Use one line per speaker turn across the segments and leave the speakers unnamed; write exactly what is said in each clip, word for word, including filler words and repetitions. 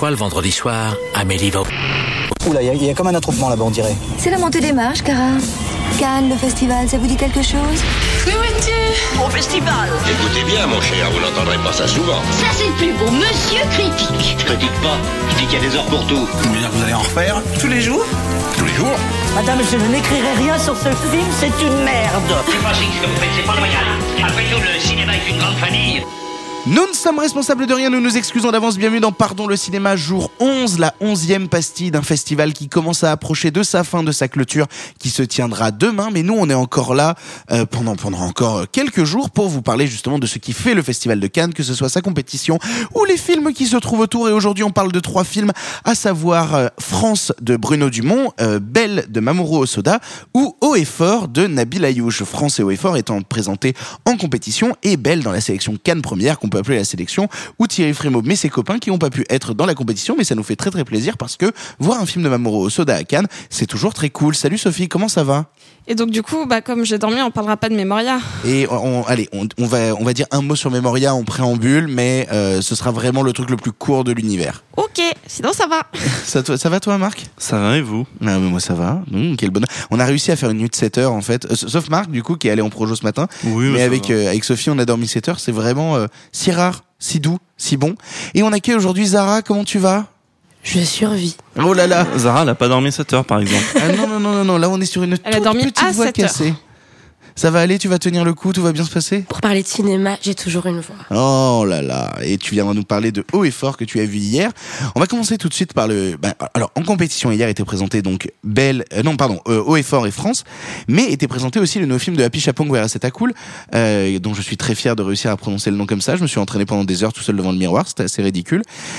fois, le vendredi soir, Amélie va...
Oula, il y, y a comme un attroupement là-bas, on dirait.
C'est la montée des marches, Cara. Cannes, le festival, ça vous dit quelque chose?
Oui, oui, mon festival.
Écoutez bien, mon cher, vous n'entendrez pas ça souvent.
Ça, c'est le plus beau, monsieur critique.
Je critique pas, je dis qu'il y a des heures pour tout.
Vous voulez dire que vous allez en refaire?
Tous les jours?
Tous les jours?
Madame, je n'écrirai rien sur ce film, c'est une merde.
C'est pas ce que vous faites, c'est pas loyal. Après tout, le cinéma est une grande famille.
Nous ne sommes responsables de rien, nous nous excusons d'avance. Bienvenue dans Pardon le cinéma, jour onze, la onzième pastille d'un festival qui commence à approcher de sa fin, de sa clôture, qui se tiendra demain. Mais nous, on est encore là euh, pendant, pendant encore quelques jours pour vous parler justement de ce qui fait le Festival de Cannes, que ce soit sa compétition ou les films qui se trouvent autour. Et aujourd'hui, on parle de trois films, à savoir euh, France de Bruno Dumont, euh, Belle de Mamoru Hosoda ou Haut et Fort de Nabil Ayouch. France et Haut et Fort étant présentés en compétition et Belle dans la sélection Cannes première, qu'on peut appeler la sélection, ou Thierry Frémaux mais ses copains qui n'ont pas pu être dans la compétition, mais ça nous fait très très plaisir parce que voir un film de Mamoru Hosoda à Cannes, c'est toujours très cool. Salut Sophie, comment ça va?
Et donc du coup, bah, comme j'ai dormi, on parlera pas de Memoria. Et
on, on, allez, on, on, va, on va dire un mot sur Memoria en préambule, mais euh, ce sera vraiment le truc le plus court de l'univers.
Ok, sinon ça va.
ça, ça va toi Marc?
Ça va et vous?
Ah, mais moi ça va. Mmh, quel bonheur. On a réussi à faire une nuit de sept heures en fait, euh, sauf Marc du coup qui est allé en projo ce matin.
Oui,
mais avec, euh, avec Sophie on a dormi sept heures, c'est vraiment euh, si rare, si doux, si bon. Et on accueille aujourd'hui Zara, comment tu vas?
Je survis.
Oh là là.
Zara, elle a pas dormi sept heures par exemple.
Ah non, non, non, non, non, là on est sur une
elle
toute
a dormi
petite
à
voix
sept
cassée.
heures.
Ça va aller, tu vas tenir le coup, tout va bien se passer?
Pour parler de cinéma, j'ai toujours une voix.
Oh là là, et tu viendras nous parler de Haut et Fort que tu as vu hier. On va commencer tout de suite par le... Bah, alors, en compétition, hier était présenté donc Belle... Euh, non, pardon, euh, Haut et Fort et France, mais était présenté aussi le nouveau film de Happy Chapong Weerasethakul, euh, dont je suis très fier de réussir à prononcer le nom comme ça. Je me suis entraîné pendant des heures tout seul devant le miroir, c'était assez ridicule,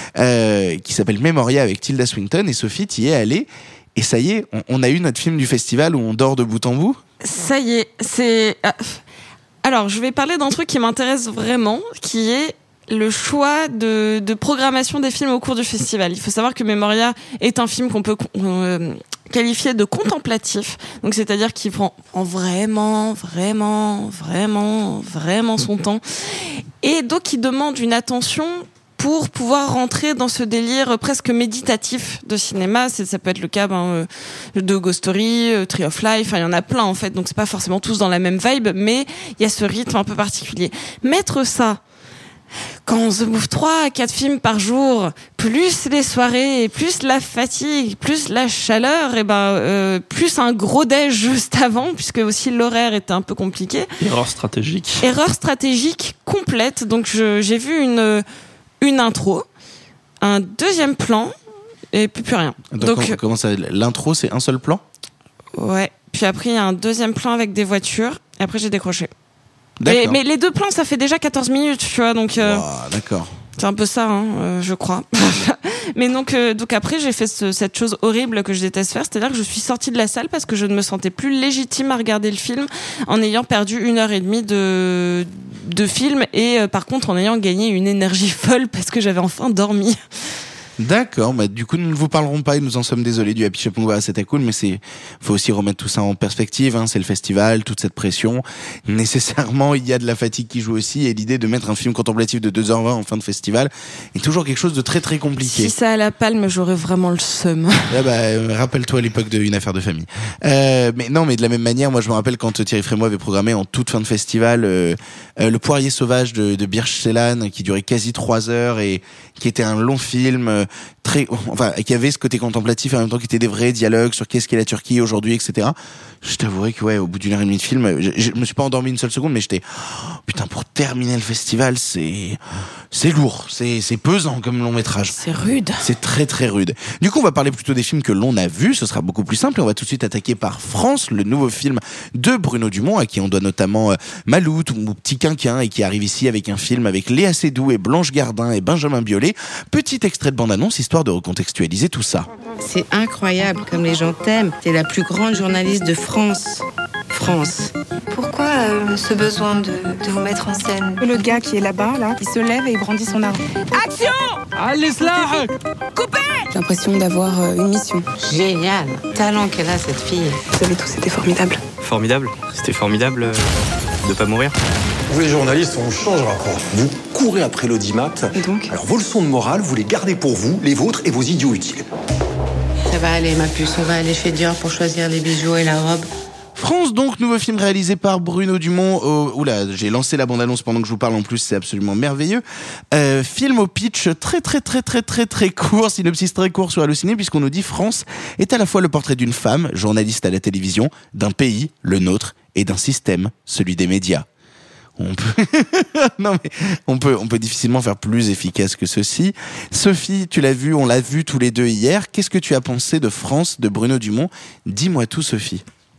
euh, qui s'appelle Memoria avec Tilda Swinton, et Sophie, t'y es allée. Et ça y est, on, on a eu notre film du festival où on dort de bout en bout.
Ça y est, c'est... Alors, je vais parler d'un truc qui m'intéresse vraiment, qui est le choix de, de programmation des films au cours du festival. Il faut savoir que Memoria est un film qu'on peut euh, qualifier de contemplatif. Donc, c'est-à-dire qu'il prend, prend vraiment, vraiment, vraiment, vraiment son temps. Et donc, il demande une attention pour pouvoir rentrer dans ce délire presque méditatif de cinéma. C'est, ça peut être le cas ben, de Ghost Story, Tree of Life, enfin, il y en a plein en fait, donc c'est pas forcément tous dans la même vibe, mais il y a ce rythme un peu particulier. Mettre ça quand on se bouffe trois à quatre films par jour, plus les soirées, plus la fatigue, plus la chaleur, et ben euh, plus un gros déj juste avant, puisque aussi l'horaire était un peu compliqué.
Erreur stratégique.
Erreur stratégique complète. Donc je, j'ai vu une une intro, un deuxième plan et plus plus rien.
Donc, Donc comment ça, l'intro c'est un seul plan?
Ouais. Puis après il y a un deuxième plan avec des voitures. Et après j'ai décroché. Mais, mais les deux plans ça fait déjà quatorze minutes, tu vois. Donc euh,
wow, d'accord.
C'est un peu ça, hein, euh, je crois. Mais donc, euh, donc après, j'ai fait ce, cette chose horrible que je déteste faire, c'est-à-dire que je suis sortie de la salle parce que je ne me sentais plus légitime à regarder le film en ayant perdu une heure et demie de, de film et euh, par contre en ayant gagné une énergie folle parce que j'avais enfin dormi.
D'accord, bah du coup nous ne vous parlerons pas et nous en sommes désolés du Happy Chapong Weerasethakul, mais c'est faut aussi remettre tout ça en perspective, hein, c'est le festival, toute cette pression. Nécessairement, il y a de la fatigue qui joue aussi et l'idée de mettre un film contemplatif de deux heures vingt en fin de festival est toujours quelque chose de très très compliqué.
Si ça à la palme, j'aurais vraiment le seum.
Ah bah, euh, rappelle-toi l'époque de Une affaire de famille. Euh, mais non, mais de la même manière, moi je me rappelle quand Thierry Frémaux avait programmé en toute fin de festival euh, euh, Le Poirier sauvage de, de Birch Ceylan qui durait quasi trois heures et qui était un long film euh, très, enfin, qui avait ce côté contemplatif et en même temps qui était des vrais dialogues sur qu'est-ce qu'est la Turquie aujourd'hui, et cetera. Je t'avouerai que ouais, au bout d'une heure et demie de film, je, je me suis pas endormi une seule seconde, mais j'étais, oh, putain, pour terminer le festival, c'est, c'est lourd, c'est, c'est pesant comme long métrage.
C'est rude.
C'est très très rude. Du coup, on va parler plutôt des films que l'on a vus, ce sera beaucoup plus simple et on va tout de suite attaquer par France, le nouveau film de Bruno Dumont, à qui on doit notamment euh, Maloute ou Petit Quinquin et qui arrive ici avec un film avec Léa Seydoux et Blanche Gardin et Benjamin Biolay. Petit extrait de bande-annonce, histoire de recontextualiser tout ça.
C'est incroyable comme les gens t'aiment. T'es la plus grande journaliste de France. France.
Pourquoi euh, ce besoin de, de vous mettre en scène?
Le gars qui est là-bas, là, il se lève et il brandit son arme.
Action! Allez, Slah! Coupez!
J'ai l'impression d'avoir euh, une mission.
Génial. Talent qu'elle a, cette fille.
Vous avez tous été formidables.
Formidable. C'était formidable euh, de pas mourir.
Vous les journalistes, on ne changera pas. Vous, courez après l'audimat.
Et donc ?
Alors vos leçons de morale, vous les gardez pour vous, les vôtres et vos idiots utiles.
Ça va aller, ma puce. On va aller chez Dior pour choisir les bijoux et la robe.
France donc, nouveau film réalisé par Bruno Dumont. Oh, oula, j'ai lancé la bande-annonce pendant que je vous parle en plus, c'est absolument merveilleux. Euh, film au pitch très très très très très très court, synopsis très court sur Allociné, puisqu'on nous dit France est à la fois le portrait d'une femme, journaliste à la télévision, d'un pays, le nôtre, et d'un système, celui des médias. On peut, non mais on peut, on peut difficilement faire plus efficace que ceci. Sophie, tu l'as vu, on l'a vu tous les deux hier. Qu'est-ce que tu as pensé de France de Bruno Dumont ? Dis-moi tout, Sophie.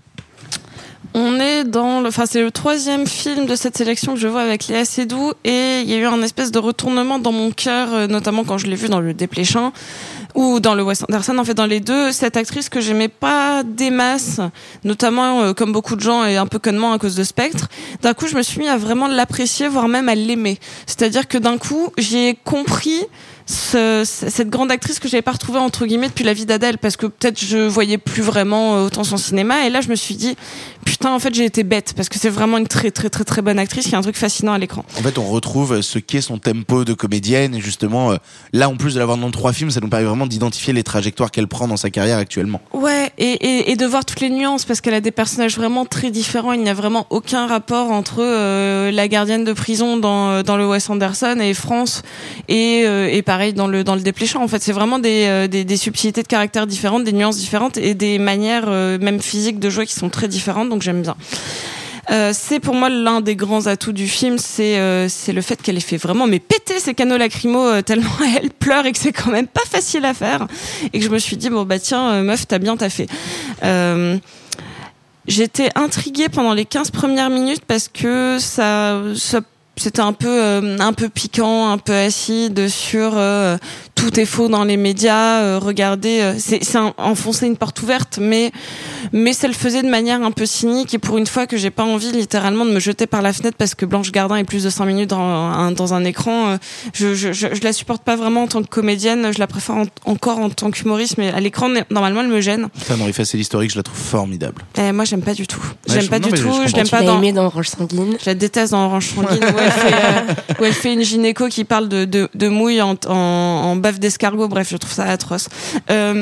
On est dans le, enfin c'est le troisième film de cette sélection que je vois avec Léa Seydoux et il y a eu un espèce de retournement dans mon cœur, notamment quand je l'ai vu dans Le Dépléchin ou dans le Wes Anderson. En fait, dans les deux, cette actrice que j'aimais pas des masses, notamment euh, comme beaucoup de gens et un peu connement à cause de Spectre. D'un coup, je me suis mis à vraiment l'apprécier, voire même à l'aimer. C'est-à-dire que d'un coup, j'ai compris Ce, cette grande actrice que j'avais pas retrouvée entre guillemets depuis La vie d'Adèle, parce que peut-être je voyais plus vraiment autant son cinéma, et là je me suis dit putain, en fait j'ai été bête, parce que c'est vraiment une très très très très bonne actrice qui a un truc fascinant à l'écran.
En fait on retrouve ce qu'est son tempo de comédienne, et justement euh, là en plus de l'avoir dans trois films, ça nous permet vraiment d'identifier les trajectoires qu'elle prend dans sa carrière actuellement.
Ouais, et, et, et de voir toutes les nuances, parce qu'elle a des personnages vraiment très différents. Il n'y a vraiment aucun rapport entre euh, la gardienne de prison dans, dans le Wes Anderson et France, et, euh, et pareil dans le dans le Dépléchant. En fait, c'est vraiment des, euh, des des subtilités de caractère différentes, des nuances différentes et des manières euh, même physiques de jouer qui sont très différentes. Donc j'aime bien. Euh, c'est pour moi l'un des grands atouts du film, c'est euh, c'est le fait qu'elle ait fait vraiment mais péter ses canaux lacrymaux euh, tellement elle pleure, et que c'est quand même pas facile à faire, et que je me suis dit bon bah tiens euh, meuf, t'as bien taffé. Euh, j'étais intriguée pendant les quinze premières minutes parce que ça ça c'était un peu euh, un peu piquant, un peu acide sur euh, tout est faux dans les médias, euh, regardez, euh, c'est c'est un, enfoncer une porte ouverte, mais mais ça le faisait de manière un peu cynique, et pour une fois que j'ai pas envie littéralement de me jeter par la fenêtre parce que Blanche Gardin est plus de cinq minutes dans un, dans un écran, euh, je, je je je la supporte pas vraiment en tant que comédienne, je la préfère en, encore en tant qu'humoriste, mais à l'écran normalement elle me gêne.
Enfin, dans Effacer l'historique, je la trouve formidable.
Eh, moi j'aime pas du tout. J'aime
ouais,
pas
je,
du
non,
tout,
je,
je l'aime pas
tu
dans
aimé dans Orange Sanguine.
Je la déteste dans Orange Sanguine où elle fait euh, où elle fait une gynéco qui parle de de, de mouille en, en en baffe d'escargot. Bref, je trouve ça atroce. Euh,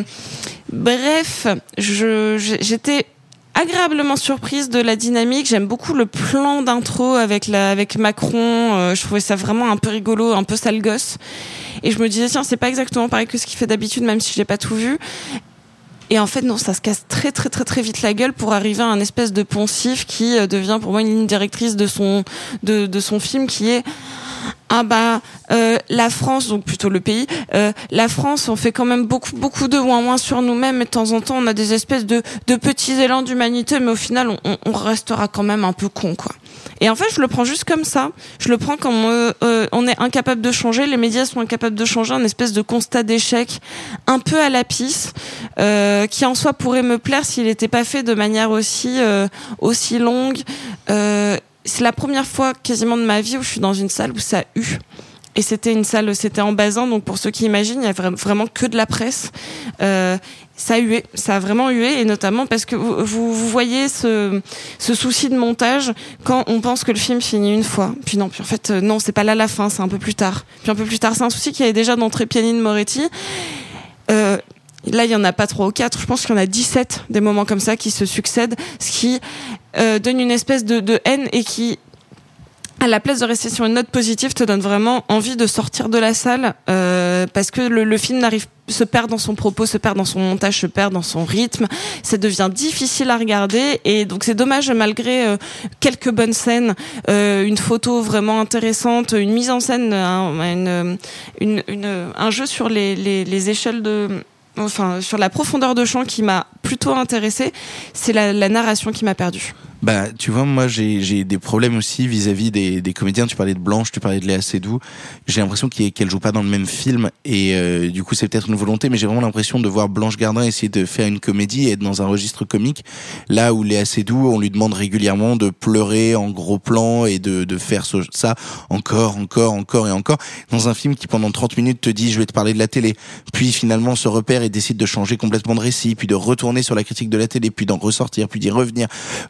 bref, je j'étais agréablement surprise de la dynamique. J'aime beaucoup le plan d'intro avec la avec Macron. Euh, je trouvais ça vraiment un peu rigolo, un peu sale gosse. Et je me disais tiens, c'est pas exactement pareil que ce qu'il fait d'habitude, même si j'ai pas tout vu. Et en fait non, ça se casse très très très très vite la gueule pour arriver à un espèce de poncif qui euh, devient pour moi une ligne directrice de son de de son film, qui est ah bah euh, la France, donc plutôt le pays, euh, la France, on fait quand même beaucoup beaucoup de ouin ouin sur nous-mêmes, et de temps en temps on a des espèces de de petits élans d'humanité, mais au final on, on restera quand même un peu con quoi. Et en fait je le prends juste comme ça, je le prends comme euh, euh, on est incapable de changer, les médias sont incapables de changer, un espèce de constat d'échec un peu à la pisse, euh, qui en soi pourrait me plaire s'il n'était pas fait de manière aussi euh, aussi longue. Euh, c'est la première fois quasiment de ma vie où je suis dans une salle où ça a eu. Et c'était une salle, c'était en basin, donc pour ceux qui imaginent, il y a vraiment que de la presse. Euh, ça a hué, ça a vraiment hué, et notamment parce que vous, vous, vous voyez ce, ce souci de montage quand on pense que le film finit une fois. Puis non, puis en fait, non, c'est pas là la fin, c'est un peu plus tard. Puis un peu plus tard, c'est un souci qu'il y avait déjà dans Trépianine Moretti. Euh, Là, il y en a pas trois ou quatre. Je pense qu'il y en a dix-sept des moments comme ça qui se succèdent, ce qui euh, donne une espèce de, de haine, et qui, à la place de rester sur une note positive, te donne vraiment envie de sortir de la salle, euh, parce que le, le film n'arrive se perd dans son propos, se perd dans son montage, se perd dans son rythme. Ça devient difficile à regarder, et donc c'est dommage, malgré euh, quelques bonnes scènes, euh, une photo vraiment intéressante, une mise en scène, un, une, une, une, un jeu sur les, les, les échelles de... Enfin, sur la profondeur de champ qui m'a plutôt intéressée, c'est la, la narration qui m'a perdue.
Bah, tu vois, moi, j'ai, j'ai des problèmes aussi vis-à-vis des, des comédiens. Tu parlais de Blanche, tu parlais de Léa Seydoux. J'ai l'impression qu'elle, qu'elle joue pas dans le même film, et euh, du coup, c'est peut-être une volonté, mais j'ai vraiment l'impression de voir Blanche Gardin essayer de faire une comédie et être dans un registre comique, là où Léa Seydoux, on lui demande régulièrement de pleurer en gros plan et de, de faire ce, ça encore, encore, encore et encore, dans un film qui pendant trente minutes te dit je vais te parler de la télé, puis finalement se repère et décide de changer complètement de récit, puis de retourner sur la critique de la télé, puis d'en ressortir, puis d'y revenir. Au final, ça fait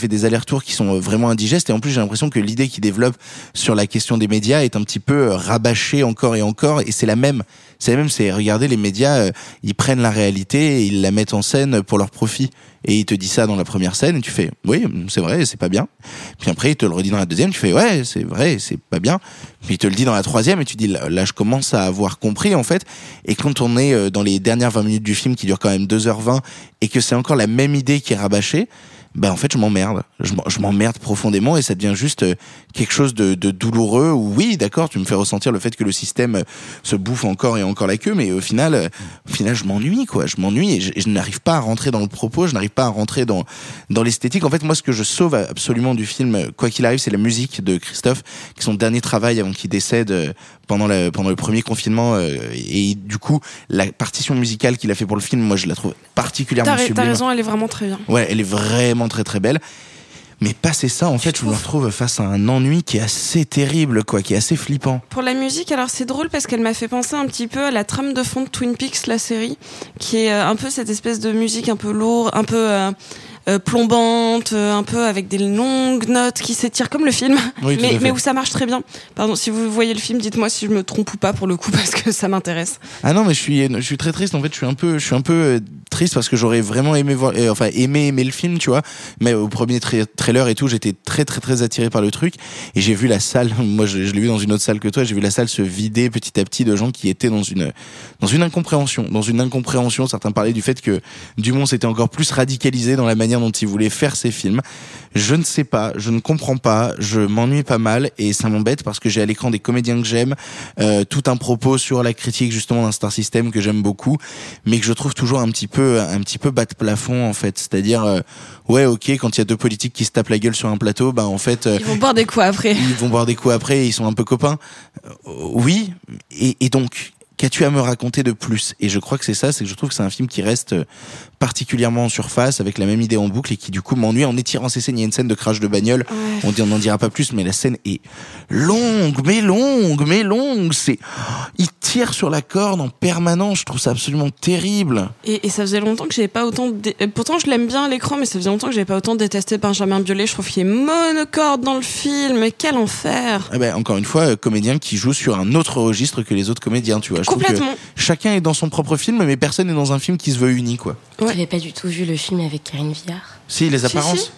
des allers-retours qui sont vraiment indigestes. Et en plus, j'ai l'impression que l'idée qu'il développe sur la question des médias est un petit peu rabâchée encore et encore. Et c'est la même. C'est la même. C'est regardez, les médias, euh, ils prennent la réalité et ils la mettent en scène pour leur profit. Et il te dit ça dans la première scène et tu fais oui, c'est vrai, c'est pas bien. Puis après il te le redit dans la deuxième, tu fais ouais, c'est vrai, c'est pas bien. Puis il te le dit dans la troisième et tu dis là, là je commence à avoir compris en fait. Et quand on est dans les dernières vingt minutes du film qui dure quand même deux heures vingt et que c'est encore la même idée qui est rabâchée, ben en fait je m'emmerde, je, je m'emmerde profondément et ça devient juste quelque chose de, de douloureux. Où oui, d'accord, tu me fais ressentir le fait que le système se bouffe encore et encore la queue, mais au final, au final je m'ennuie quoi, je m'ennuie et je, et je n'arrive pas à rentrer dans le propos, je n'arrive pas à rentrer dans dans l'esthétique. En fait, moi ce que je sauve absolument du film, quoi qu'il arrive, c'est la musique de Christophe, qui est son dernier travail avant qu'il décède pendant le pendant le premier confinement et du coup la partition musicale qu'il a fait pour le film, moi je la trouve particulièrement
t'as,
sublime.
T'as raison, elle est vraiment très bien.
Ouais, elle est vraiment très très belle. Mais passer ça, en fait, je me retrouve face à un ennui qui est assez terrible, quoi, qui est assez flippant.
Pour la musique, alors c'est drôle parce qu'elle m'a fait penser un petit peu à la trame de fond de Twin Peaks, la série, qui est un peu cette espèce de musique un peu lourde, un peu euh, euh, plombante, euh, un peu avec des longues notes qui s'étirent comme le film,
oui,
mais, mais où ça marche très bien. Pardon, si vous voyez le film, dites-moi si je me trompe ou pas pour le coup, parce que ça m'intéresse.
Ah non, mais je suis, je suis très triste. En fait, je suis un peu, je suis un peu triste parce que j'aurais vraiment aimé voir, euh, enfin aimé aimer le film, tu vois. Mais au premier tra- trailer et tout, j'étais très très très attiré par le truc et j'ai vu la salle. Moi, je, je l'ai vu dans une autre salle que toi. J'ai vu la salle se vider petit à petit de gens qui étaient dans une dans une incompréhension, dans une incompréhension. Certains parlaient du fait que Dumont s'était encore plus radicalisé dans la manière dont il voulait faire ses films. Je ne sais pas, je ne comprends pas, je m'ennuie pas mal et ça m'embête parce que j'ai à l'écran des comédiens que j'aime, euh, tout un propos sur la critique justement d'un Star System que j'aime beaucoup, mais que je trouve toujours un petit peu, un petit peu bas de plafond en fait. C'est-à-dire, euh, ouais, ok, quand il y a deux politiques qui se tapent la gueule sur un plateau, bah en fait, euh,
ils vont boire des coups après.
Ils vont boire des coups après, et ils sont un peu copains. Euh, oui, et, et donc. Qu'as-tu à me raconter de plus ? Et je crois que c'est ça, c'est que je trouve que c'est un film qui reste particulièrement en surface, avec la même idée en boucle, et qui du coup m'ennuie en étirant ses scènes. Il y a une scène de crash de bagnole, ouais. on dit, on n'en dira pas plus, mais la scène est longue, mais longue, mais longue. C'est, il tire sur la corde en permanence, je trouve ça absolument terrible.
Et, et ça faisait longtemps que j'avais pas autant... Dé... Pourtant, je l'aime bien à l'écran, mais ça faisait longtemps que j'avais pas autant détesté Benjamin Biolay. Je trouve qu'il est monocorde dans le film, mais quel enfer.
Eh ben, encore une fois, comédien qui joue sur un autre registre que les autres comédiens, tu vois. Je
Complètement.
Que chacun est dans son propre film, mais personne n'est dans un film qui se veut uni, quoi.
Ouais. T'avais pas du tout vu le film avec Karine Viard ?
Si, les apparences.
Si, si.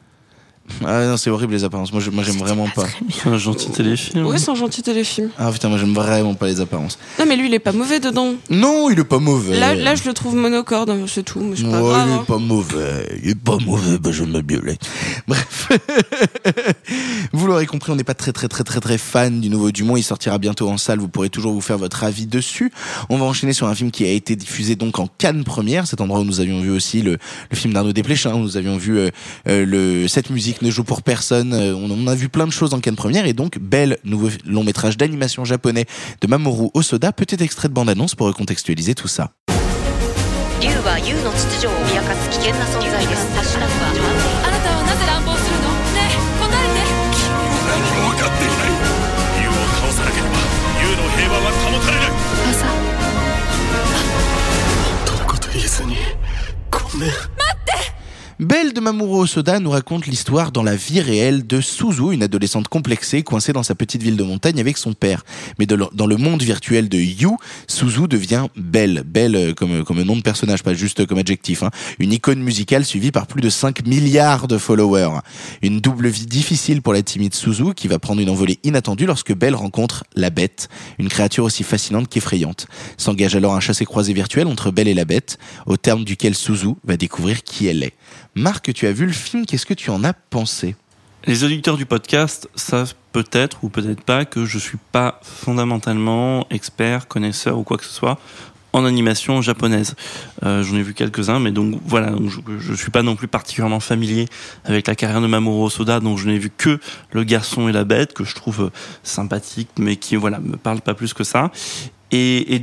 Ah non, c'est horrible les apparences. Moi, je, moi j'aime
C'était
vraiment
pas.
pas.
C'est un gentil téléfilm.
Oui, c'est un gentil téléfilm.
Ah putain, moi j'aime vraiment pas les apparences.
Non, mais lui, il est pas mauvais dedans.
Non, il est pas mauvais.
Là, là je le trouve monocorde, c'est tout. Mais c'est pas
ouais,
grave.
il est
hein.
pas mauvais. Il est pas mauvais, Benjamin Biolay. Bref. Vous l'aurez compris, on n'est pas très très très très très fan du nouveau Dumont. Il sortira bientôt en salle. Vous pourrez toujours vous faire votre avis dessus. On va enchaîner sur un film qui a été diffusé donc en Cannes première, cet endroit où nous avions vu aussi le, le film d'Arnaud Desplechin, où nous avions vu euh, euh, le Cette musique ne joue pour personne. On, on a vu plein de choses en Cannes première et donc Belle, nouveau long métrage d'animation japonais de Mamoru Hosoda. Petit extrait de bande-annonce pour recontextualiser tout ça. Belle de Mamoru Hosoda nous raconte l'histoire dans la vie réelle de Suzu, une adolescente complexée coincée dans sa petite ville de montagne avec son père. Mais de le, dans le monde virtuel de You, Suzu devient Belle. Belle comme, comme nom de personnage, pas juste comme adjectif. Hein. Une icône musicale suivie par plus de cinq milliards de followers. Une double vie difficile pour la timide Suzu qui va prendre une envolée inattendue lorsque Belle rencontre la Bête, une créature aussi fascinante qu'effrayante. S'engage alors un chassé-croisé virtuel entre Belle et la Bête, au terme duquel Suzu va découvrir qui elle est. Marc, tu as vu le film, qu'est-ce que tu en as pensé ?
Les auditeurs du podcast savent peut-être ou peut-être pas que je suis pas fondamentalement expert, connaisseur ou quoi que ce soit en animation japonaise. Euh, j'en ai vu quelques-uns, mais donc voilà, donc je, je suis pas non plus particulièrement familier avec la carrière de Mamoru Hosoda, donc je n'ai vu que Le Garçon et la Bête, que je trouve sympathique, mais qui voilà me parle pas plus que ça. Et, et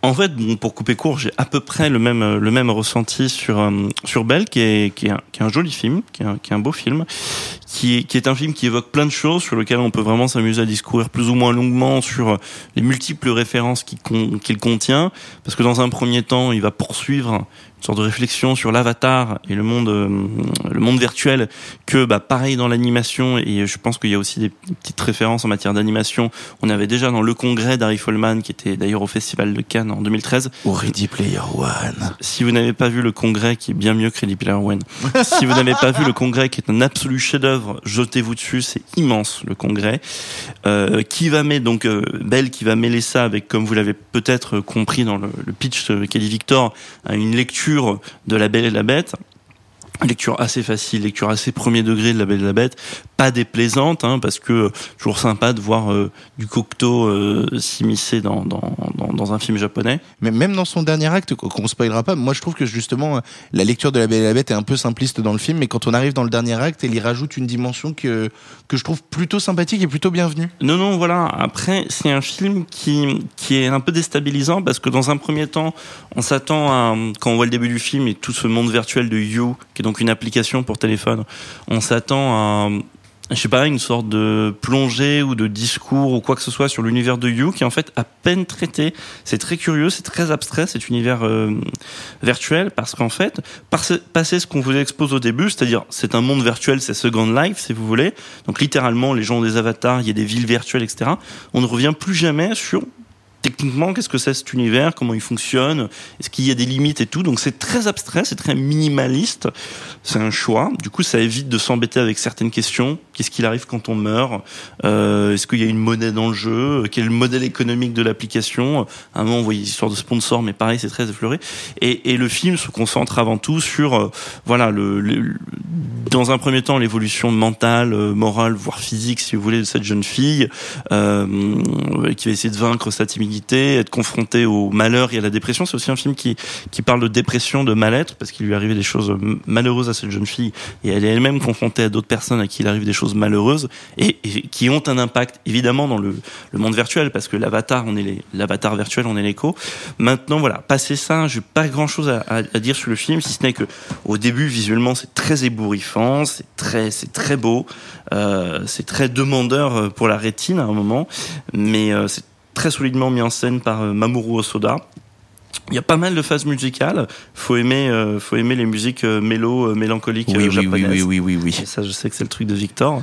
En fait, bon, pour couper court, j'ai à peu près le même le même ressenti sur euh, sur Belle, qui est qui est un, qui est un joli film, qui est un, qui est un beau film, qui est qui est un film qui évoque plein de choses sur lequel on peut vraiment s'amuser à discourir plus ou moins longuement sur les multiples références qu'il con, qu'il contient, parce que dans un premier temps, il va poursuivre une sorte de réflexion sur l'avatar et le monde euh, le monde virtuel, que bah pareil dans l'animation, et je pense qu'il y a aussi des, des petites références en matière d'animation. On avait déjà dans Le Congrès d'Harry Folman, qui était d'ailleurs au Festival de Cannes en deux mille treize.
Ou Ready Player One.
Si vous n'avez pas vu Le Congrès, qui est bien mieux que Ready Player One, si vous n'avez pas vu Le Congrès, qui est un absolu chef-d'œuvre, jetez-vous dessus, c'est immense, Le Congrès. Euh, qui va mettre donc euh, Belle, qui va mêler ça avec, comme vous l'avez peut-être compris dans le, le pitch qu'a dit Victor, à une lecture de La Belle et la Bête. Lecture assez facile, lecture assez premier degré de La Belle et la Bête, pas déplaisante, hein, parce que euh, toujours sympa de voir euh, du Cocteau euh, s'immiscer dans, dans, dans, dans un film japonais.
Mais même dans son dernier acte, qu'on spoilera pas, moi je trouve que justement la lecture de La Belle et la Bête est un peu simpliste dans le film, mais quand on arrive dans le dernier acte, elle y rajoute une dimension que, que je trouve plutôt sympathique et plutôt bienvenue.
Non, non, voilà. Après, c'est un film qui, qui est un peu déstabilisant, parce que dans un premier temps, on s'attend à, quand on voit le début du film et tout ce monde virtuel de You, qui est donc une application pour téléphone, on s'attend à, je sais pas, une sorte de plongée ou de discours ou quoi que ce soit sur l'univers de You, qui est en fait à peine traité. C'est très curieux, c'est très abstrait, cet univers euh, virtuel, parce qu'en fait, passer ce qu'on vous expose au début, c'est-à-dire c'est un monde virtuel, c'est Second Life si vous voulez, donc littéralement les gens ont des avatars, il y a des villes virtuelles, et cetera. On ne revient plus jamais sur techniquement, qu'est-ce que c'est cet univers, comment il fonctionne, est-ce qu'il y a des limites et tout. Donc c'est très abstrait, c'est très minimaliste, c'est un choix. Du coup, ça évite de s'embêter avec certaines questions. Qu'est-ce qu'il arrive quand on meurt, euh, est-ce qu'il y a une monnaie dans le jeu, quel est le modèle économique de l'application. À un moment, on voit des histoires de sponsors, mais pareil, c'est très effleuré. Et, et le film se concentre avant tout sur, euh, voilà, le, le, dans un premier temps, l'évolution mentale, morale, voire physique, si vous voulez, de cette jeune fille, euh, qui va essayer de vaincre sa timidité, être confronté au malheur et à la dépression. C'est aussi un film qui qui parle de dépression, de mal-être, parce qu'il lui arrivait des choses malheureuses à cette jeune fille, et elle est elle-même confrontée à d'autres personnes à qui il arrive des choses malheureuses, et, et qui ont un impact évidemment dans le, le monde virtuel, parce que l'avatar, on est les, l'avatar virtuel, on est l'écho. Maintenant, voilà, passé ça, j'ai pas grand-chose à, à, à dire sur le film, si ce n'est que au début, visuellement, c'est très ébouriffant, c'est très c'est très beau, euh, c'est très demandeur pour la rétine à un moment, mais euh, c'est très solidement mis en scène par euh, Mamoru Hosoda. Il y a pas mal de phases musicales. Faut aimer, euh, faut aimer les musiques euh, mélo, euh, mélancoliques
oui,
euh,
oui,
japonaises.
Oui, oui, oui, oui, oui.
Et ça, je sais que c'est le truc de Victor.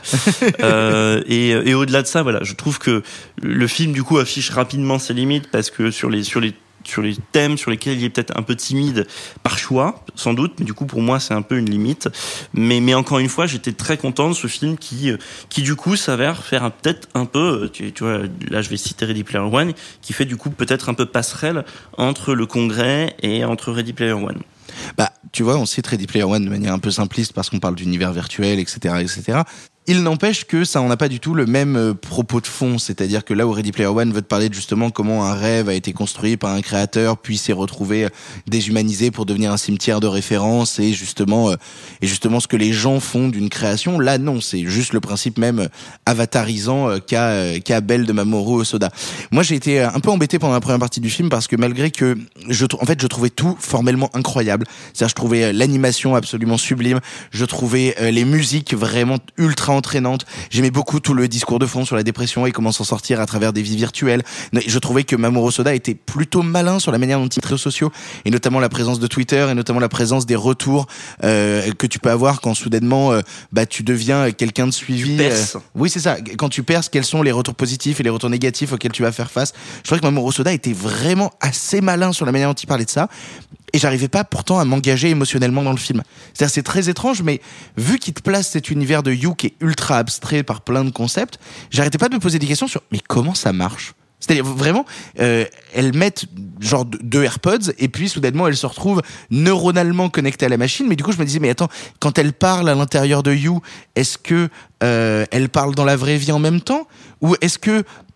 euh, et, et au-delà de ça, voilà, je trouve que le film du coup affiche rapidement ses limites, parce que sur les sur les sur les thèmes sur lesquels il est peut-être un peu timide par choix, sans doute, mais du coup pour moi c'est un peu une limite. Mais mais encore une fois, j'étais très content de ce film qui qui du coup s'avère faire un, peut-être un peu, tu, tu vois, là je vais citer Ready Player One, qui fait du coup peut-être un peu passerelle entre Le Congrès et entre Ready Player One.
Bah, tu vois, on cite Ready Player One de manière un peu simpliste parce qu'on parle d'univers virtuel, et cetera, et cetera. Il n'empêche que ça, on n'a pas du tout le même euh, propos de fond, c'est-à-dire que là où Ready Player One veut te parler de justement comment un rêve a été construit par un créateur, puis s'est retrouvé déshumanisé pour devenir un cimetière de référence, et justement, euh, et justement ce que les gens font d'une création, là non, c'est juste le principe même avatarisant euh, qu'a, euh, qu'a Belle de Mamoru Hosoda. Moi j'ai été un peu embêté pendant la première partie du film, parce que malgré que, je, en fait je trouvais tout formellement incroyable, c'est-à-dire je trouvais l'animation absolument sublime, je trouvais euh, les musiques vraiment ultra entraînante. J'aimais beaucoup tout le discours de fond sur la dépression et comment s'en sortir à travers des vies virtuelles. Je trouvais que Mamoru Hosoda était plutôt malin sur la manière dont il traite les réseaux sociaux, et notamment la présence de Twitter, et notamment la présence des retours euh, que tu peux avoir quand soudainement euh, bah tu deviens quelqu'un de suivi.
Tu perces.
Euh, oui, c'est ça. Quand tu perces, quels sont les retours positifs et les retours négatifs auxquels tu vas faire face. Je trouvais que Mamoru Hosoda était vraiment assez malin sur la manière dont il parlait de ça. Et j'arrivais pas pourtant à m'engager émotionnellement dans le film. C'est-à-dire, c'est très étrange, mais vu qu'il te place cet univers de You qui est ultra abstrait par plein de concepts, j'arrêtais pas de me poser des questions sur mais comment ça marche. C'est-à-dire vraiment, euh, elles mettent genre deux AirPods et puis soudainement elles se retrouvent neuronalement connectées à la machine. Mais du coup je me disais mais attends, quand elles parlent à l'intérieur de You, est-ce que euh, elles parlent dans la vraie vie en même temps, ou est-ce que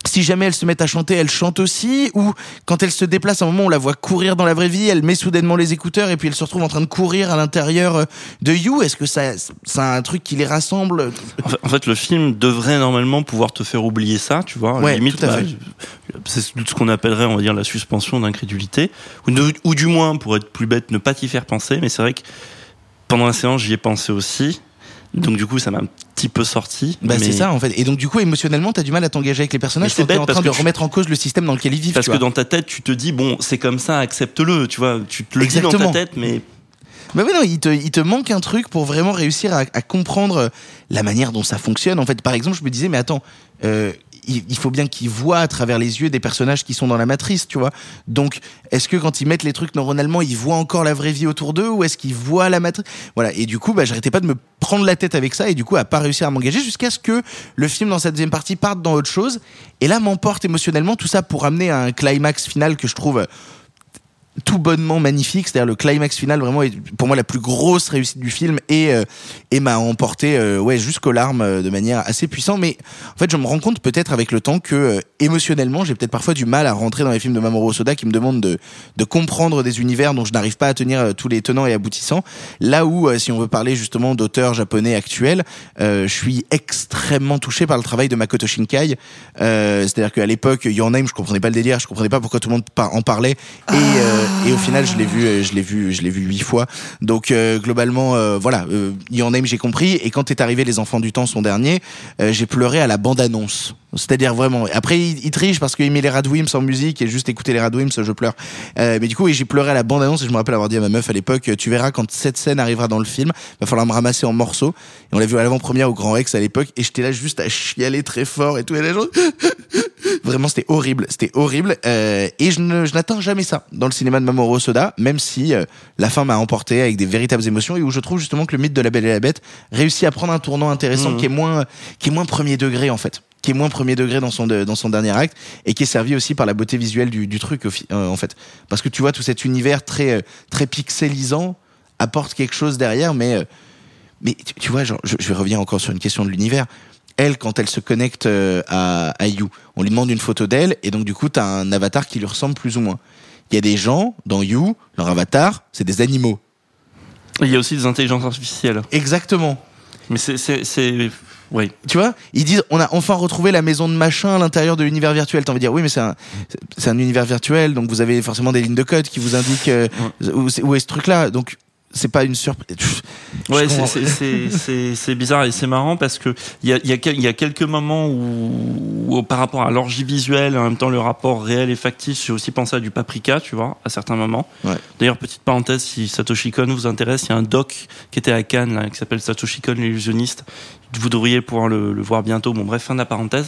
si jamais elle se met à chanter, elle chante aussi, ou quand elle se déplace, à un moment on la voit courir dans la vraie vie, elle met soudainement les écouteurs et puis elle se retrouve en train de courir à l'intérieur de You. Est-ce que ça, ça a un truc qui les rassemble?
En fait, le film devrait normalement pouvoir te faire oublier ça, tu vois.
Ouais,
limite,
tout à
bah,
fait.
c'est ce qu'on appellerait, on va dire, la suspension d'incrédulité, ou, de, ou du moins, pour être plus bête, ne pas t'y faire penser. Mais c'est vrai que pendant la séance, j'y ai pensé aussi. Donc du coup, ça m'a un petit peu sorti.
Bah
mais...
c'est ça en fait. Et donc du coup, émotionnellement, t'as du mal à t'engager avec les personnages. Quand t'es en train de remettre en cause le système dans lequel ils vivent.
Parce
tu
que
vois.
dans ta tête, tu te dis bon, c'est comme ça, accepte-le. Tu vois, tu te le
Exactement.
dis dans ta tête, mais.
Bah oui, non, il te, il te manque un truc pour vraiment réussir à, à comprendre la manière dont ça fonctionne. En fait, par exemple, je me disais, mais attends, euh, il, il faut bien qu'ils voient à travers les yeux des personnages qui sont dans la matrice, tu vois. Donc, est-ce que quand ils mettent les trucs neuronalement, ils voient encore la vraie vie autour d'eux, ou est-ce qu'ils voient la matrice? Voilà. Et du coup, bah, j'arrêtais pas de me prendre la tête avec ça, et du coup, à pas réussir à m'engager jusqu'à ce que le film, dans sa deuxième partie, parte dans autre chose. Et là, m'emporte émotionnellement, tout ça pour amener à un climax final que je trouve tout bonnement magnifique, c'est-à-dire le climax final vraiment est pour moi la plus grosse réussite du film et euh, et m'a emporté euh, ouais jusqu'aux larmes euh, de manière assez puissante. Mais en fait je me rends compte peut-être avec le temps que euh, émotionnellement j'ai peut-être parfois du mal à rentrer dans les films de Mamoru Hosoda qui me demandent de de comprendre des univers dont je n'arrive pas à tenir euh, tous les tenants et aboutissants. Là où euh, si on veut parler justement d'auteurs japonais actuels, euh, je suis extrêmement touché par le travail de Makoto Shinkai. Euh, c'est-à-dire qu'à l'époque Your Name, je comprenais pas le délire, je comprenais pas pourquoi tout le monde en parlait et euh, et au final je l'ai vu je l'ai vu je l'ai vu huit fois. Donc euh, globalement euh, voilà, euh, Your Name j'ai compris, et quand est arrivé Les Enfants du Temps, son dernier, euh, j'ai pleuré à la bande annonce. C'est-à-dire vraiment. Après il, il triche parce qu'il met les Radwimps en musique et juste écouter les Radwimps je pleure. Euh, mais du coup, et j'ai pleuré à la bande annonce et je me rappelle avoir dit à ma meuf à l'époque, tu verras quand cette scène arrivera dans le film, va falloir me ramasser en morceaux. Et on l'a vu à l'avant-première au Grand Rex à l'époque et j'étais là juste à chialer très fort et tout, et les gens vraiment c'était horrible, c'était horrible euh, et je, ne, je n'atteins jamais ça dans le cinéma de Mamoru Hosoda, même si euh, la fin m'a emporté avec des véritables émotions et où je trouve justement que le mythe de La Belle et la Bête réussit à prendre un tournant intéressant mmh. qui est moins qui est moins premier degré en fait. qui est moins premier degré dans son de, dans son dernier acte et qui est servi aussi par la beauté visuelle du, du truc euh, en fait, parce que tu vois tout cet univers très très pixelisant apporte quelque chose derrière, mais euh, mais tu, tu vois genre, je, je vais revenir encore sur une question de l'univers. Elle, quand elle se connecte euh, à, à You, on lui demande une photo d'elle et donc du coup t'as un avatar qui lui ressemble plus ou moins. Il y a des gens dans You, leur avatar c'est des animaux.
Il y a aussi des intelligences artificielles.
Exactement.
Mais c'est c'est c'est oui.
Tu vois, ils disent on a enfin retrouvé la maison de machin à l'intérieur de l'univers virtuel. T'as envie de dire oui, mais c'est un c'est un univers virtuel, donc vous avez forcément des lignes de code qui vous indiquent euh, ouais. où, c'est, où est ce truc-là. Donc c'est pas une surprise.
Ouais, c'est, c'est, c'est, c'est, c'est bizarre et c'est marrant parce que il y a, il y a, il y a quelques moments où, où, par rapport à l'orgie visuelle, en même temps le rapport réel et factice, j'ai aussi pensé à du Paprika, tu vois, à certains moments.
Ouais.
D'ailleurs, petite parenthèse, si Satoshi Kon vous intéresse, il y a un doc qui était à Cannes, là, qui s'appelle Satoshi Kon l'illusionniste. Vous devriez pouvoir le, le voir bientôt. Bon, bref, fin de la parenthèse.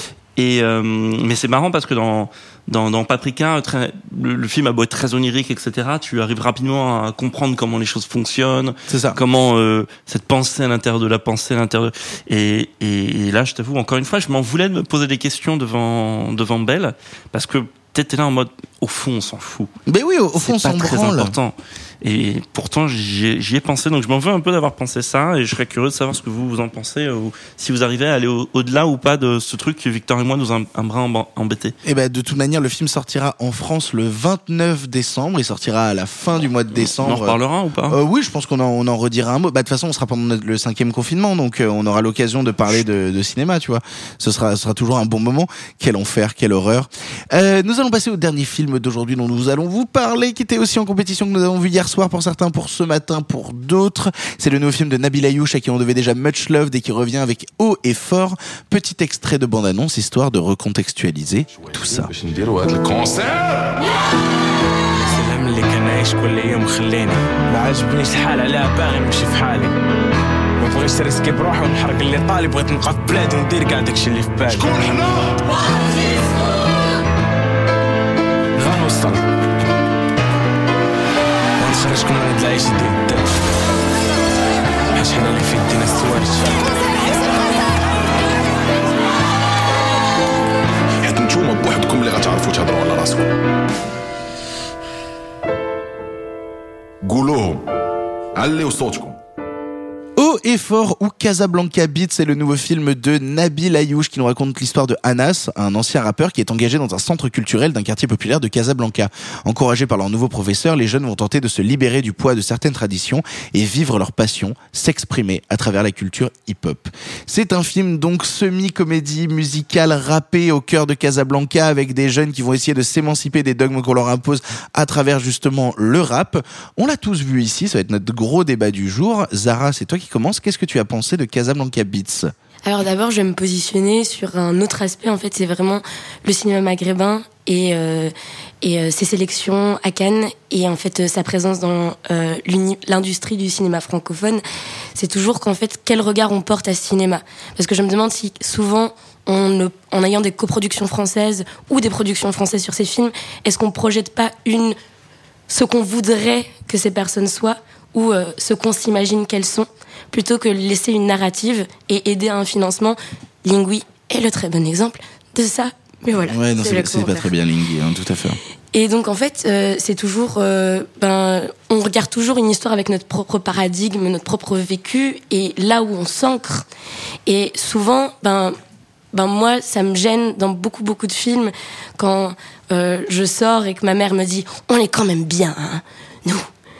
Et euh, mais c'est marrant parce que dans dans, dans Paprika, très, le, le film a beau être très onirique, et cetera. Tu arrives rapidement à comprendre comment les choses fonctionnent,
c'est ça.
Comment euh, cette pensée à l'intérieur de la pensée à l'intérieur. De... Et, et, et là, je t'avoue, encore une fois, je m'en voulais de me poser des questions devant devant Belle parce que t'étais là en mode au fond, on s'en fout.
Mais oui, au, au fond, on s'en branle.
C'est pas très important. Et pourtant, j'y ai, j'y ai pensé, donc je m'en veux un peu d'avoir pensé ça, et je serais curieux de savoir ce que vous vous en pensez, ou si vous arrivez à aller au, au-delà ou pas de ce truc que Victor et moi nous a un, un brin embêté.
Et ben, de toute manière, le film sortira en France le vingt-neuf décembre, il sortira à la fin du mois de décembre.
On en reparlera ou pas?
euh, Oui, je pense qu'on en, on en redira un mot. Bah, de toute façon, on sera pendant le cinquième confinement, donc euh, on aura l'occasion de parler de, de cinéma, tu vois. Ce sera, ce sera toujours un bon moment. Quel enfer, quelle horreur. Euh, nous allons passer au dernier film d'aujourd'hui dont nous allons vous parler, qui était aussi en compétition, que nous avons vu hier soir pour certains, pour ce matin pour d'autres. C'est le nouveau film de Nabil Ayouch, à qui on devait déjà Much Love, et qui revient avec haut et fort. Petit extrait de bande-annonce, histoire de recontextualiser tout ça.
السلام اللي كان عايش كل يوم خليني ما عجبنيش الحال عليها باغي نمشي في حالي ما بغيتش نريسكي بروحي ونحرق اللي طالي بغيت نبقى في بلادي وندير كاع داكشي اللي في بالي شكون حنا غنوصل ونخرجكم من هاد العيش ديال الدار حيت حنا اللي في يدينا السوارج
حيت نتوما بوحدكم اللي غتعرفوا تهضروا على راسكم قولوهم عليو صوتكم.
Haut et fort ou Casablanca Beats, c'est le nouveau film de Nabil Ayouch qui nous raconte l'histoire de Anas, un ancien rappeur qui est engagé dans un centre culturel d'un quartier populaire de Casablanca. Encouragés par leur nouveau professeur, les jeunes vont tenter de se libérer du poids de certaines traditions et vivre leur passion, s'exprimer à travers la culture hip-hop. C'est un film donc semi-comédie musicale rappée au cœur de Casablanca avec des jeunes qui vont essayer de s'émanciper des dogmes qu'on leur impose à travers justement le rap. On l'a tous vu ici, ça va être notre gros débat du jour. Zara, c'est toi qui commence. Qu'est-ce que tu as pensé de Casablanca Beats ?
Alors d'abord, je vais me positionner sur un autre aspect. En fait, c'est vraiment le cinéma maghrébin et, euh, et euh, ses sélections à Cannes et en fait euh, sa présence dans euh, l'industrie du cinéma francophone. C'est toujours qu'en fait, quel regard on porte à ce cinéma. Parce que je me demande si souvent, on ne, en ayant des coproductions françaises ou des productions françaises sur ces films, est-ce qu'on projette pas une, ce qu'on voudrait que ces personnes soient ou euh, ce qu'on s'imagine qu'elles sont, plutôt que laisser une narrative et aider à un financement. Lingui est le très bon exemple de ça. Mais voilà.
Ouais, non, c'est, c'est, c'est pas très bien Lingui, hein, tout à fait.
Et donc en fait, euh, c'est toujours, euh, ben, on regarde toujours une histoire avec notre propre paradigme, notre propre vécu, et là où on s'ancre. Et souvent, ben, ben moi, ça me gêne dans beaucoup beaucoup de films quand euh, je sors et que ma mère me dit, on est quand même bien, hein, nous.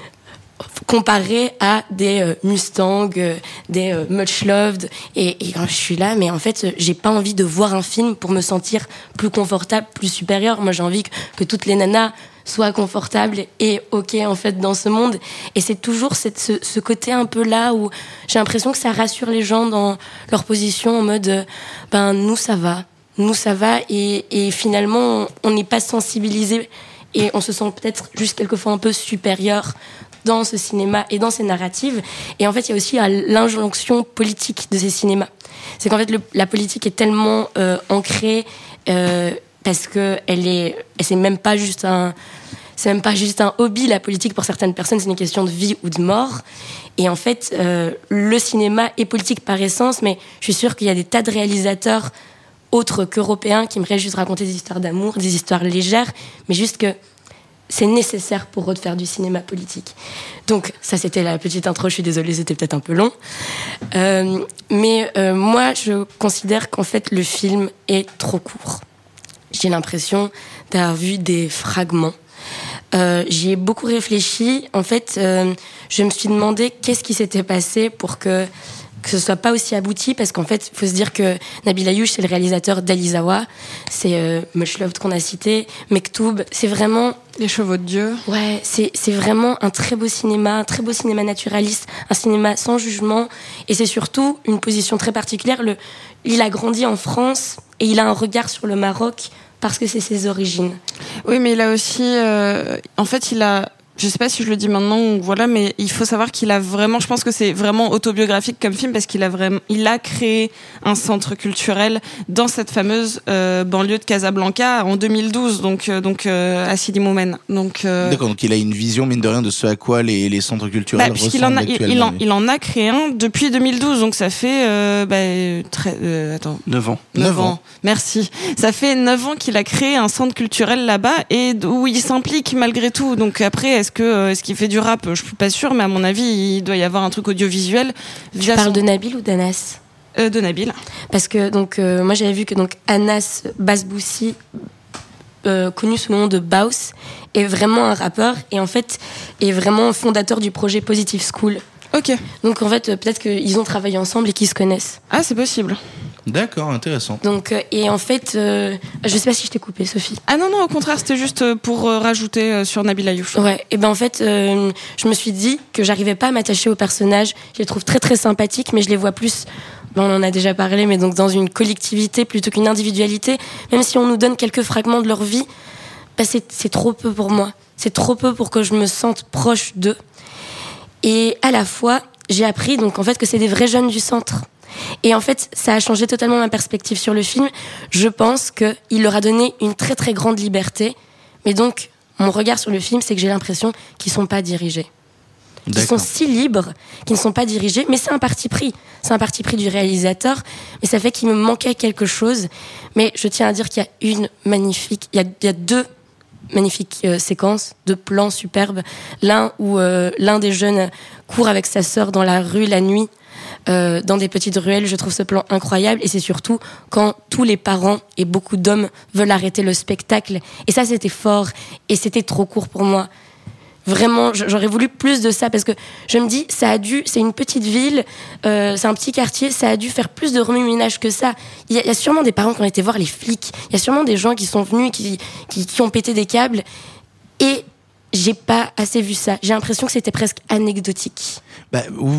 Comparé à des euh, Mustang, euh, des euh, Much Loved, et, et quand je suis là, mais en fait, euh, j'ai pas envie de voir un film pour me sentir plus confortable, plus supérieure. Moi, j'ai envie que, que toutes les nanas soient confortables et ok en fait dans ce monde. Et c'est toujours cette, ce, ce côté un peu là où j'ai l'impression que ça rassure les gens dans leur position en mode, euh, ben nous ça va, nous ça va, et, et finalement on n'est pas sensibilisé et on se sent peut-être juste quelquefois un peu supérieur dans ce cinéma et dans ces narratives. Et en fait, il y a aussi l'injonction politique de ces cinémas. C'est qu'en fait, le, la politique est tellement euh, ancrée euh, parce que elle est, c'est même pas juste un, c'est même pas juste un hobby. La politique pour certaines personnes, c'est une question de vie ou de mort. Et en fait, euh, le cinéma est politique par essence, mais je suis sûre qu'il y a des tas de réalisateurs autres qu'européens qui aimeraient juste raconter des histoires d'amour, des histoires légères, mais juste que c'est nécessaire pour eux de faire du cinéma politique. Donc, ça, c'était la petite intro. Je suis désolée, c'était peut-être un peu long. Euh, mais euh, moi, je considère qu'en fait, le film est trop court. J'ai l'impression d'avoir vu des fragments. Euh, j'y ai beaucoup réfléchi. En fait, euh, je me suis demandé qu'est-ce qui s'était passé pour que que ce soit pas aussi abouti, parce qu'en fait, il faut se dire que Nabil Ayouch, c'est le réalisateur d'Alizawa, c'est euh, Much Loved qu'on a cité, Mektoub, c'est vraiment...
Les Chevaux de Dieu.
Ouais, c'est, c'est vraiment un très beau cinéma, un très beau cinéma naturaliste, un cinéma sans jugement, et c'est surtout une position très particulière. Le, il a grandi en France, et il a un regard sur le Maroc, parce que c'est ses origines.
Oui, mais il a aussi... Euh, en fait, il a... Je sais pas si je le dis maintenant ou voilà, mais il faut savoir qu'il a vraiment, je pense que c'est vraiment autobiographique comme film parce qu'il a vraiment, il a créé un centre culturel dans cette fameuse euh, banlieue de Casablanca en deux mille douze, donc euh, donc euh, à Sidi Moumen. Donc euh...
d'accord, donc il a une vision mine de rien de ce à quoi les les centres culturels
bah,
ressemblent
en a,
actuellement.
Il, il, en, il en a créé un depuis deux mille douze, donc ça fait euh, bah, très, euh, attends,
neuf ans.
neuf ans. Merci. Ça fait neuf ans qu'il a créé un centre culturel là-bas et où il s'implique malgré tout. Donc après, est-ce que est-ce qu'il fait du rap ? Je suis pas sûre, mais à mon avis, il doit y avoir un truc audiovisuel.
Tu parles son... de Nabil ou d'Anas ?
euh, De Nabil.
Parce que donc euh, moi j'avais vu que donc Anas Basboussi, euh, connu sous le nom de Baus, est vraiment un rappeur et en fait est vraiment fondateur du projet Positive School.
Ok.
Donc en fait peut-être qu'ils ont travaillé ensemble et qu'ils se connaissent.
Ah, c'est possible.
D'accord, intéressant.
Donc, euh, et en fait, euh, je sais pas si je t'ai coupé, Sophie.
Ah non, non, au contraire, c'était juste pour euh, rajouter euh, sur Nabil Ayouch.
Ouais, et ben en fait, euh, je me suis dit que j'arrivais pas à m'attacher aux personnages. Je les trouve très très sympathiques, mais je les vois plus, ben, on en a déjà parlé, mais donc dans une collectivité plutôt qu'une individualité. Même si on nous donne quelques fragments de leur vie, ben c'est, c'est trop peu pour moi. C'est trop peu pour que je me sente proche d'eux. Et à la fois, j'ai appris donc en fait que c'est des vrais jeunes du centre. Et en fait, ça a changé totalement ma perspective sur le film. Je pense qu'il leur a donné une très très grande liberté. Mais donc, mon regard sur le film, c'est que j'ai l'impression qu'ils ne sont pas dirigés. Qu'ils D'accord. sont si libres qu'ils ne sont pas dirigés. Mais c'est un parti pris. C'est un parti pris du réalisateur. Mais ça fait qu'il me manquait quelque chose. Mais je tiens à dire qu'il y a une magnifique... Il y a, il y a deux magnifiques euh, séquences, deux plans superbes. L'un où euh, l'un des jeunes court avec sa sœur dans la rue la nuit. euh, dans des petites ruelles. Je trouve ce plan incroyable et c'est surtout quand tous les parents et beaucoup d'hommes veulent arrêter le spectacle. Et ça, c'était fort et c'était trop court pour moi. Vraiment, j'aurais voulu plus de ça parce que je me dis, ça a dû, c'est une petite ville, euh, c'est un petit quartier, ça a dû faire plus de remue-ménage que ça. Il y, a, il y a sûrement des parents qui ont été voir les flics, il y a sûrement des gens qui sont venus, qui, qui, qui ont pété des câbles et j'ai pas assez vu ça. J'ai l'impression que c'était presque anecdotique.
Bah,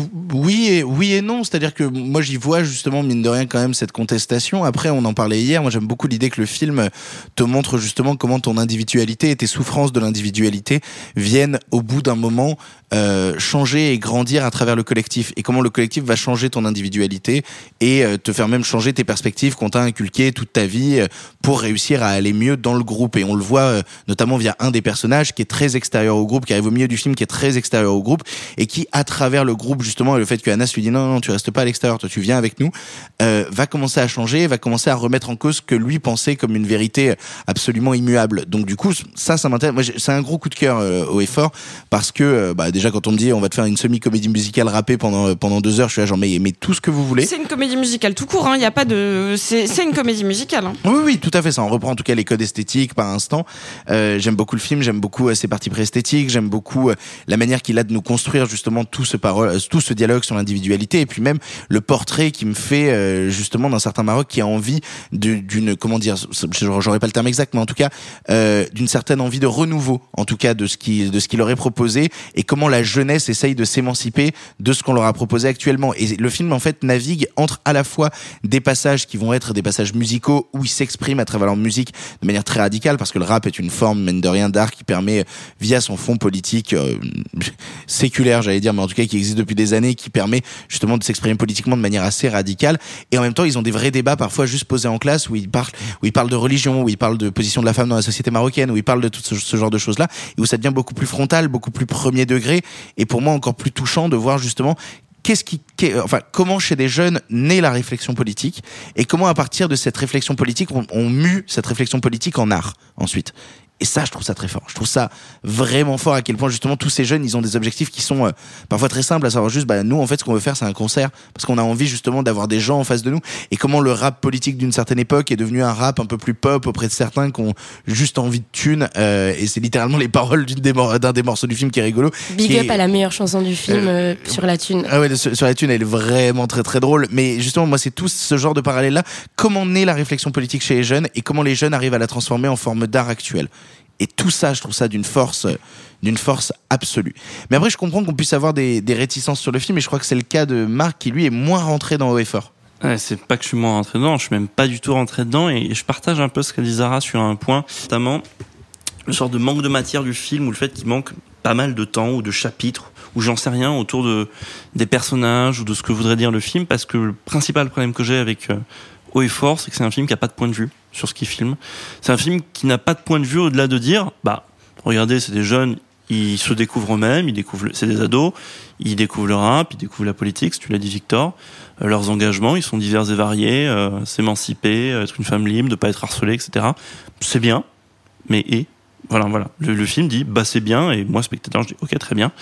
oui et, oui et non, c'est-à-dire que moi j'y vois justement mine de rien quand même cette contestation. Après on en parlait hier, moi j'aime beaucoup l'idée que le film te montre justement comment ton individualité et tes souffrances de l'individualité viennent au bout d'un moment euh, changer et grandir à travers le collectif et comment le collectif va changer ton individualité et euh, te faire même changer tes perspectives qu'on t'a inculquées toute ta vie euh, pour réussir à aller mieux dans le groupe. Et on le voit euh, notamment via un des personnages qui est très extérieur au groupe, qui arrive au milieu du film, qui est très extérieur au groupe et qui à travers le groupe justement et le fait que Anas lui dit non non tu restes pas à l'extérieur, toi tu viens avec nous, euh, va commencer à changer, va commencer à remettre en cause ce que lui pensait comme une vérité absolument immuable. Donc du coup ça ça m'intéresse. Moi c'est un gros coup de cœur euh, au effort parce que euh, bah déjà quand on me dit on va te faire une semi-comédie musicale rappée pendant pendant deux heures, je suis là genre mais mais tout ce que vous voulez.
C'est une comédie musicale tout court, hein. Il y a pas de c'est c'est une comédie musicale. Hein.
Oui oui tout à fait, ça en reprend en tout cas les codes esthétiques par instant. Euh, j'aime beaucoup le film, j'aime beaucoup euh, ses parties pré-esthétiques, j'aime beaucoup euh, la manière qu'il a de nous construire justement tout ce parole, tout ce dialogue sur l'individualité et puis même le portrait qui me fait euh, justement d'un certain Maroc qui a envie de, d'une comment dire, j'aurais pas le terme exact mais en tout cas euh, d'une certaine envie de renouveau en tout cas de ce qui de ce qu'il aurait proposé et comment la jeunesse essaye de s'émanciper de ce qu'on leur a proposé actuellement. Et le film en fait navigue entre à la fois des passages qui vont être des passages musicaux où ils s'expriment à travers leur musique de manière très radicale parce que le rap est une forme mine de rien d'art qui permet via son fond politique euh, séculaire j'allais dire mais en tout cas qui existe depuis des années, qui permet justement de s'exprimer politiquement de manière assez radicale. Et en même temps, ils ont des vrais débats parfois juste posés en classe où ils parlent, où ils parlent de religion, où ils parlent de position de la femme dans la société marocaine, où ils parlent de tout ce, ce genre de choses-là, et où ça devient beaucoup plus frontal, beaucoup plus premier degré, et pour moi encore plus touchant de voir justement qu'est-ce qui, qu'est, enfin, comment chez des jeunes naît la réflexion politique, et comment à partir de cette réflexion politique, on, on mue cette réflexion politique en art ensuite. Et ça, je trouve ça très fort. Je trouve ça vraiment fort à quel point justement tous ces jeunes, ils ont des objectifs qui sont euh, parfois très simples, à savoir juste, bah nous en fait, ce qu'on veut faire, c'est un concert, parce qu'on a envie justement d'avoir des gens en face de nous. Et comment le rap politique d'une certaine époque est devenu un rap un peu plus pop auprès de certains qui ont juste envie de thunes. Euh, et c'est littéralement les paroles d'une des mor- d'un des morceaux du film qui est rigolo.
Big up
est...
à la meilleure chanson du film euh, euh, sur la thune.
Ah ouais, sur, sur la thune, elle est vraiment très très drôle. Mais justement, moi, c'est tout ce genre de parallèle-là. Comment naît la réflexion politique chez les jeunes et comment les jeunes arrivent à la transformer en forme d'art actuel. Et tout ça, je trouve ça d'une force, d'une force absolue. Mais après, je comprends qu'on puisse avoir des, des réticences sur le film, et je crois que c'est le cas de Marc qui lui est moins rentré dans Haut et Fort.
Ouais, c'est pas que je suis moins rentré dedans, je suis même pas du tout rentré dedans, et je partage un peu ce qu'a dit Zara sur un point, notamment le sort de manque de matière du film, ou le fait qu'il manque pas mal de temps ou de chapitres, ou j'en sais rien autour de des personnages ou de ce que voudrait dire le film, parce que le principal problème que j'ai avec euh, Haut et Fort, c'est que c'est un film qui a pas de point de vue sur ce qu'il filme. C'est un film qui n'a pas de point de vue au-delà de dire, bah, regardez, c'est des jeunes, ils se découvrent eux-mêmes, ils découvrent, c'est des ados, ils découvrent le rap, ils découvrent la politique, si tu l'as dit Victor, euh, leurs engagements, ils sont divers et variés, euh, s'émanciper, euh, être une femme libre, de pas être harcelée, et cetera. C'est bien, mais et voilà, voilà. Le, le film dit, bah c'est bien, et moi spectateur, je dis, ok, très bien.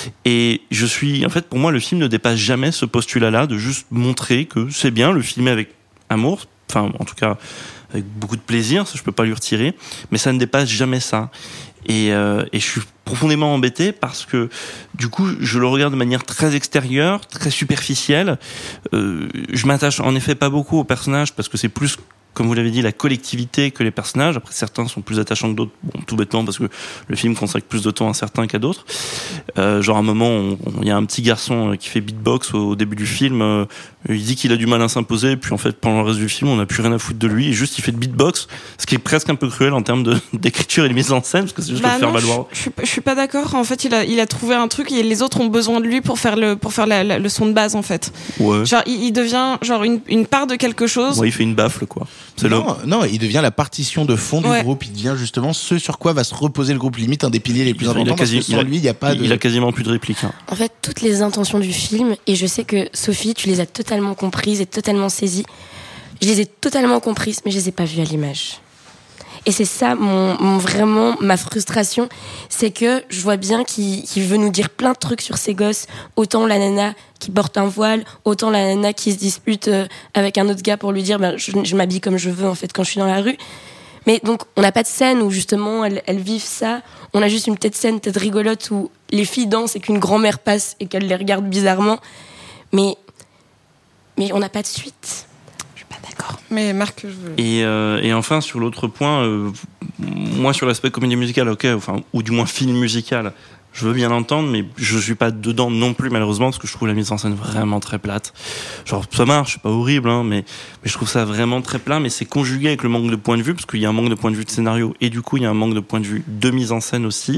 Et je suis, en fait, pour moi, le film ne dépasse jamais ce postulat-là de juste montrer que c'est bien, le filmer avec amour, enfin, en tout cas, avec beaucoup de plaisir, ça je peux pas lui retirer, mais ça ne dépasse jamais ça. Et, euh, et je suis profondément embêté parce que du coup je le regarde de manière très extérieure, très superficielle. Euh, je m'attache en effet pas beaucoup aux personnages parce que c'est plus, comme vous l'avez dit, la collectivité que les personnages. Après, certains sont plus attachants que d'autres, bon, tout bêtement parce que le film consacre plus de temps à certains qu'à d'autres. Euh, genre à un moment, il y a un petit garçon qui fait beatbox au, au début du film. Euh, il dit qu'il a du mal à s'imposer, puis en fait, pendant le reste du film, on n'a plus rien à foutre de lui. Et juste, il fait de beatbox, ce qui est presque un peu cruel en termes de, d'écriture et de mise en scène, parce que c'est juste
bah
de faire
non,
valoir.
Je, je, je suis pas d'accord. En fait, il a, il a trouvé un truc et les autres ont besoin de lui pour faire le, pour faire la, la, le son de base, en fait.
Ouais.
Genre, il, il devient genre une, une part de quelque chose.
Ouais, il fait une baffle, quoi. C'est
non, le... non, il devient la partition de fond du
ouais.
groupe. Il devient justement ce sur quoi va se reposer le groupe, limite un des piliers les plus
il
importants.
A quasi,
parce que sans
il a,
lui, il y a pas de.
Il a quasiment plus de répliques. Hein.
En fait, toutes les intentions du film, et je sais que Sophie, tu les as totalement comprises et totalement saisies. Je les ai totalement comprises, mais je les ai pas vues à l'image. Et c'est ça, mon, mon vraiment, ma frustration, c'est que je vois bien qu'il, qu'il veut nous dire plein de trucs sur ces gosses. Autant la nana qui porte un voile, autant la nana qui se dispute avec un autre gars pour lui dire, ben, je, je m'habille comme je veux, en fait, quand je suis dans la rue. Mais donc, on n'a pas de scène où, justement, elles, elles vivent ça. On a juste une petite scène, peut-être rigolote, où les filles dansent et qu'une grand-mère passe et qu'elle les regarde bizarrement. Mais, mais on n'a pas de suite.
D'accord. Mais Marc, je veux...
Et, euh, et enfin, sur l'autre point, euh, moi, sur l'aspect comédie musicale, ok, enfin, ou du moins film musical, je veux bien l'entendre, mais je suis pas dedans non plus, malheureusement, parce que je trouve la mise en scène vraiment très plate. Genre, ça marche, c'est pas horrible, hein, mais, mais je trouve ça vraiment très plat, mais c'est conjugué avec le manque de point de vue, parce qu'il y a un manque de point de vue de scénario, et du coup, il y a un manque de point de vue de mise en scène aussi.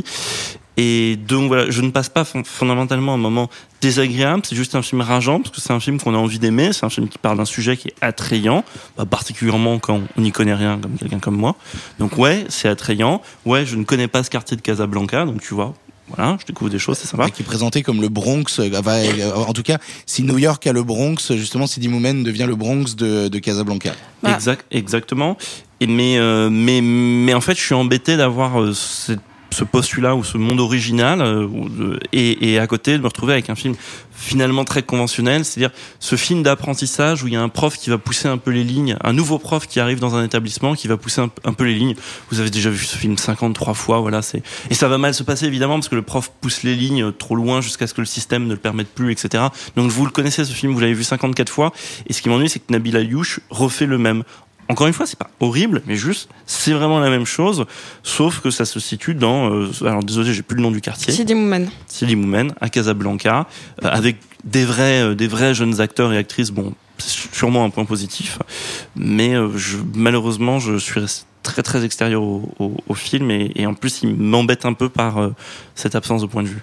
Et donc voilà, je ne passe pas fondamentalement un moment désagréable, c'est juste un film rageant, parce que c'est un film qu'on a envie d'aimer, c'est un film qui parle d'un sujet qui est attrayant, bah, particulièrement quand on n'y connaît rien, comme quelqu'un comme moi. Donc ouais, c'est attrayant, ouais, je ne connais pas ce quartier de Casablanca, donc tu vois, voilà, je découvre des choses, c'est sympa.
Qui est présenté comme le Bronx, en tout cas, si New York a le Bronx, justement, Sidi Moumen devient le Bronx de, de Casablanca.
Bah. Exact, exactement. Et mais, euh, mais, mais en fait, je suis embêté d'avoir euh, cette ce postulat ou ce monde original euh, et, et à côté de me retrouver avec un film finalement très conventionnel, c'est-à-dire ce film d'apprentissage où il y a un prof qui va pousser un peu les lignes, un nouveau prof qui arrive dans un établissement qui va pousser un, un peu les lignes. Vous avez déjà vu ce film cinquante-trois fois, voilà, c'est et ça va mal se passer évidemment parce que le prof pousse les lignes trop loin jusqu'à ce que le système ne le permette plus, et cetera. Donc vous le connaissez ce film, vous l'avez vu cinquante-quatre fois et ce qui m'ennuie c'est que Nabil Ayouch refait le même. Encore une fois, c'est pas horrible, mais juste, c'est vraiment la même chose, sauf que ça se situe dans, euh, alors désolé, j'ai plus le nom du quartier.
Sidi Moumen.
Sidi Moumen, à Casablanca, euh, avec des vrais, euh, des vrais jeunes acteurs et actrices, bon, c'est sûrement un point positif, mais euh, je, malheureusement, je suis resté très très extérieur au, au, au film et, et en plus, il m'embête un peu par euh, cette absence de point de vue.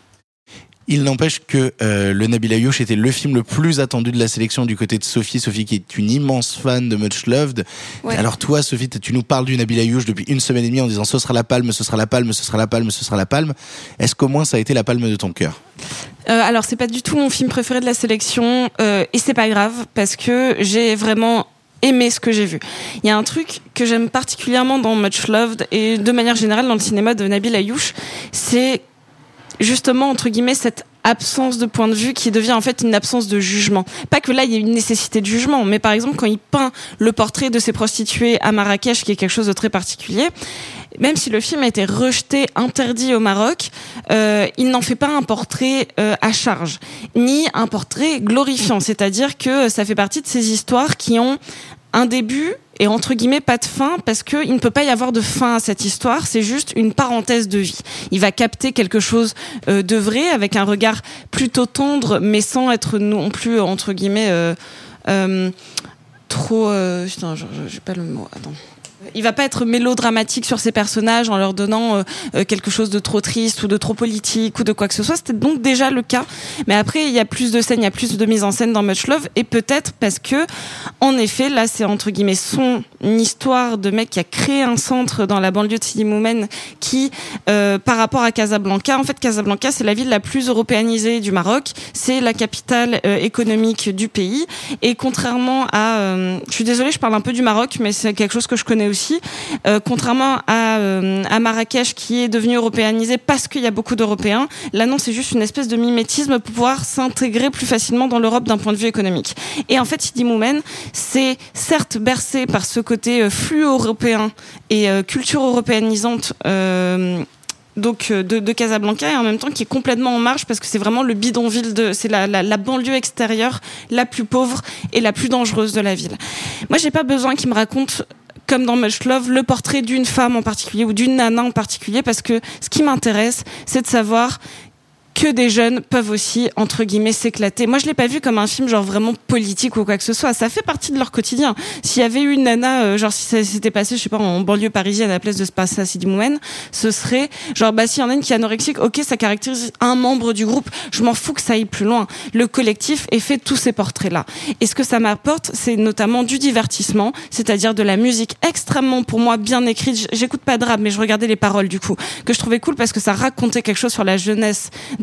Il n'empêche que euh, le Nabil Ayouch était le film le plus attendu de la sélection du côté de Sophie. Sophie qui est une immense fan de Much Loved. Ouais. Alors toi, Sophie, tu nous parles du Nabil Ayouch depuis une semaine et demie en disant ce sera la palme, ce sera la palme, ce sera la palme, ce sera la palme. Est-ce qu'au moins ça a été la palme de ton cœur ?
euh, Alors c'est pas du tout mon film préféré de la sélection euh, et c'est pas grave parce que j'ai vraiment aimé ce que j'ai vu. Il y a un truc que j'aime particulièrement dans Much Loved et de manière générale dans le cinéma de Nabil Ayouch, c'est justement, entre guillemets, cette absence de point de vue qui devient en fait une absence de jugement. Pas que là, il y a une nécessité de jugement, mais par exemple, quand il peint le portrait de ces prostituées à Marrakech, qui est quelque chose de très particulier, même si le film a été rejeté, interdit au Maroc, euh, il n'en fait pas un portrait euh, à charge, ni un portrait glorifiant. C'est-à-dire que ça fait partie de ces histoires qui ont un début et entre guillemets pas de fin parce que il ne peut pas y avoir de fin à cette histoire, c'est juste une parenthèse de vie. Il va capter quelque chose euh, de vrai avec un regard plutôt tendre mais sans être non plus entre guillemets euh, euh, trop euh, putain, j'ai pas le mot. Attends. Il va pas être mélodramatique sur ses personnages en leur donnant euh, euh, quelque chose de trop triste ou de trop politique ou de quoi que ce soit. C'était donc déjà le cas. Mais après, il y a plus de scènes, il y a plus de mise en scène dans Much Love et peut-être parce que, en effet, là, c'est entre guillemets son histoire de mec qui a créé un centre dans la banlieue de Sidi Moumen qui, euh, par rapport à Casablanca, en fait, Casablanca, c'est la ville la plus européanisée du Maroc. C'est la capitale euh, économique du pays. Et contrairement à, euh, je suis désolée, je parle un peu du Maroc, mais c'est quelque chose que je connais aussi. Euh, contrairement à, euh, à Marrakech qui est devenu européanisé parce qu'il y a beaucoup d'Européens, là non, c'est juste une espèce de mimétisme pour pouvoir s'intégrer plus facilement dans l'Europe d'un point de vue économique. Et en fait, Sidi Moumen, c'est certes bercé par ce côté euh, flux européen et euh, culture européanisante euh, donc de, de Casablanca et en même temps qui est complètement en marge parce que c'est vraiment le bidonville de, c'est la, la, la banlieue extérieure la plus pauvre et la plus dangereuse de la ville. Moi, j'ai pas besoin qu'il me raconte comme dans Much Love, le portrait d'une femme en particulier ou d'une nana en particulier, parce que ce qui m'intéresse, c'est de savoir que des jeunes peuvent aussi, entre guillemets, s'éclater. Moi, je l'ai pas vu comme un film genre vraiment politique ou quoi que ce soit. Ça fait partie de leur quotidien. S'il y avait eu une nana, euh, genre si ça s'était passé, je sais pas, en banlieue parisienne à la place de se passer à Sidi Moumen, ce serait genre, bah, s'il y en a une qui est anorexique, ok, ça caractérise un membre du groupe. Je m'en fous que ça aille plus loin. Le collectif ait fait tous ces portraits-là. Et ce que ça m'apporte, c'est notamment du divertissement, c'est-à-dire de la musique extrêmement, pour moi, bien écrite. J'écoute pas de rap, mais je regardais les paroles, du coup, que je trouvais cool parce que ça racontait quelque chose sur la jeunesse de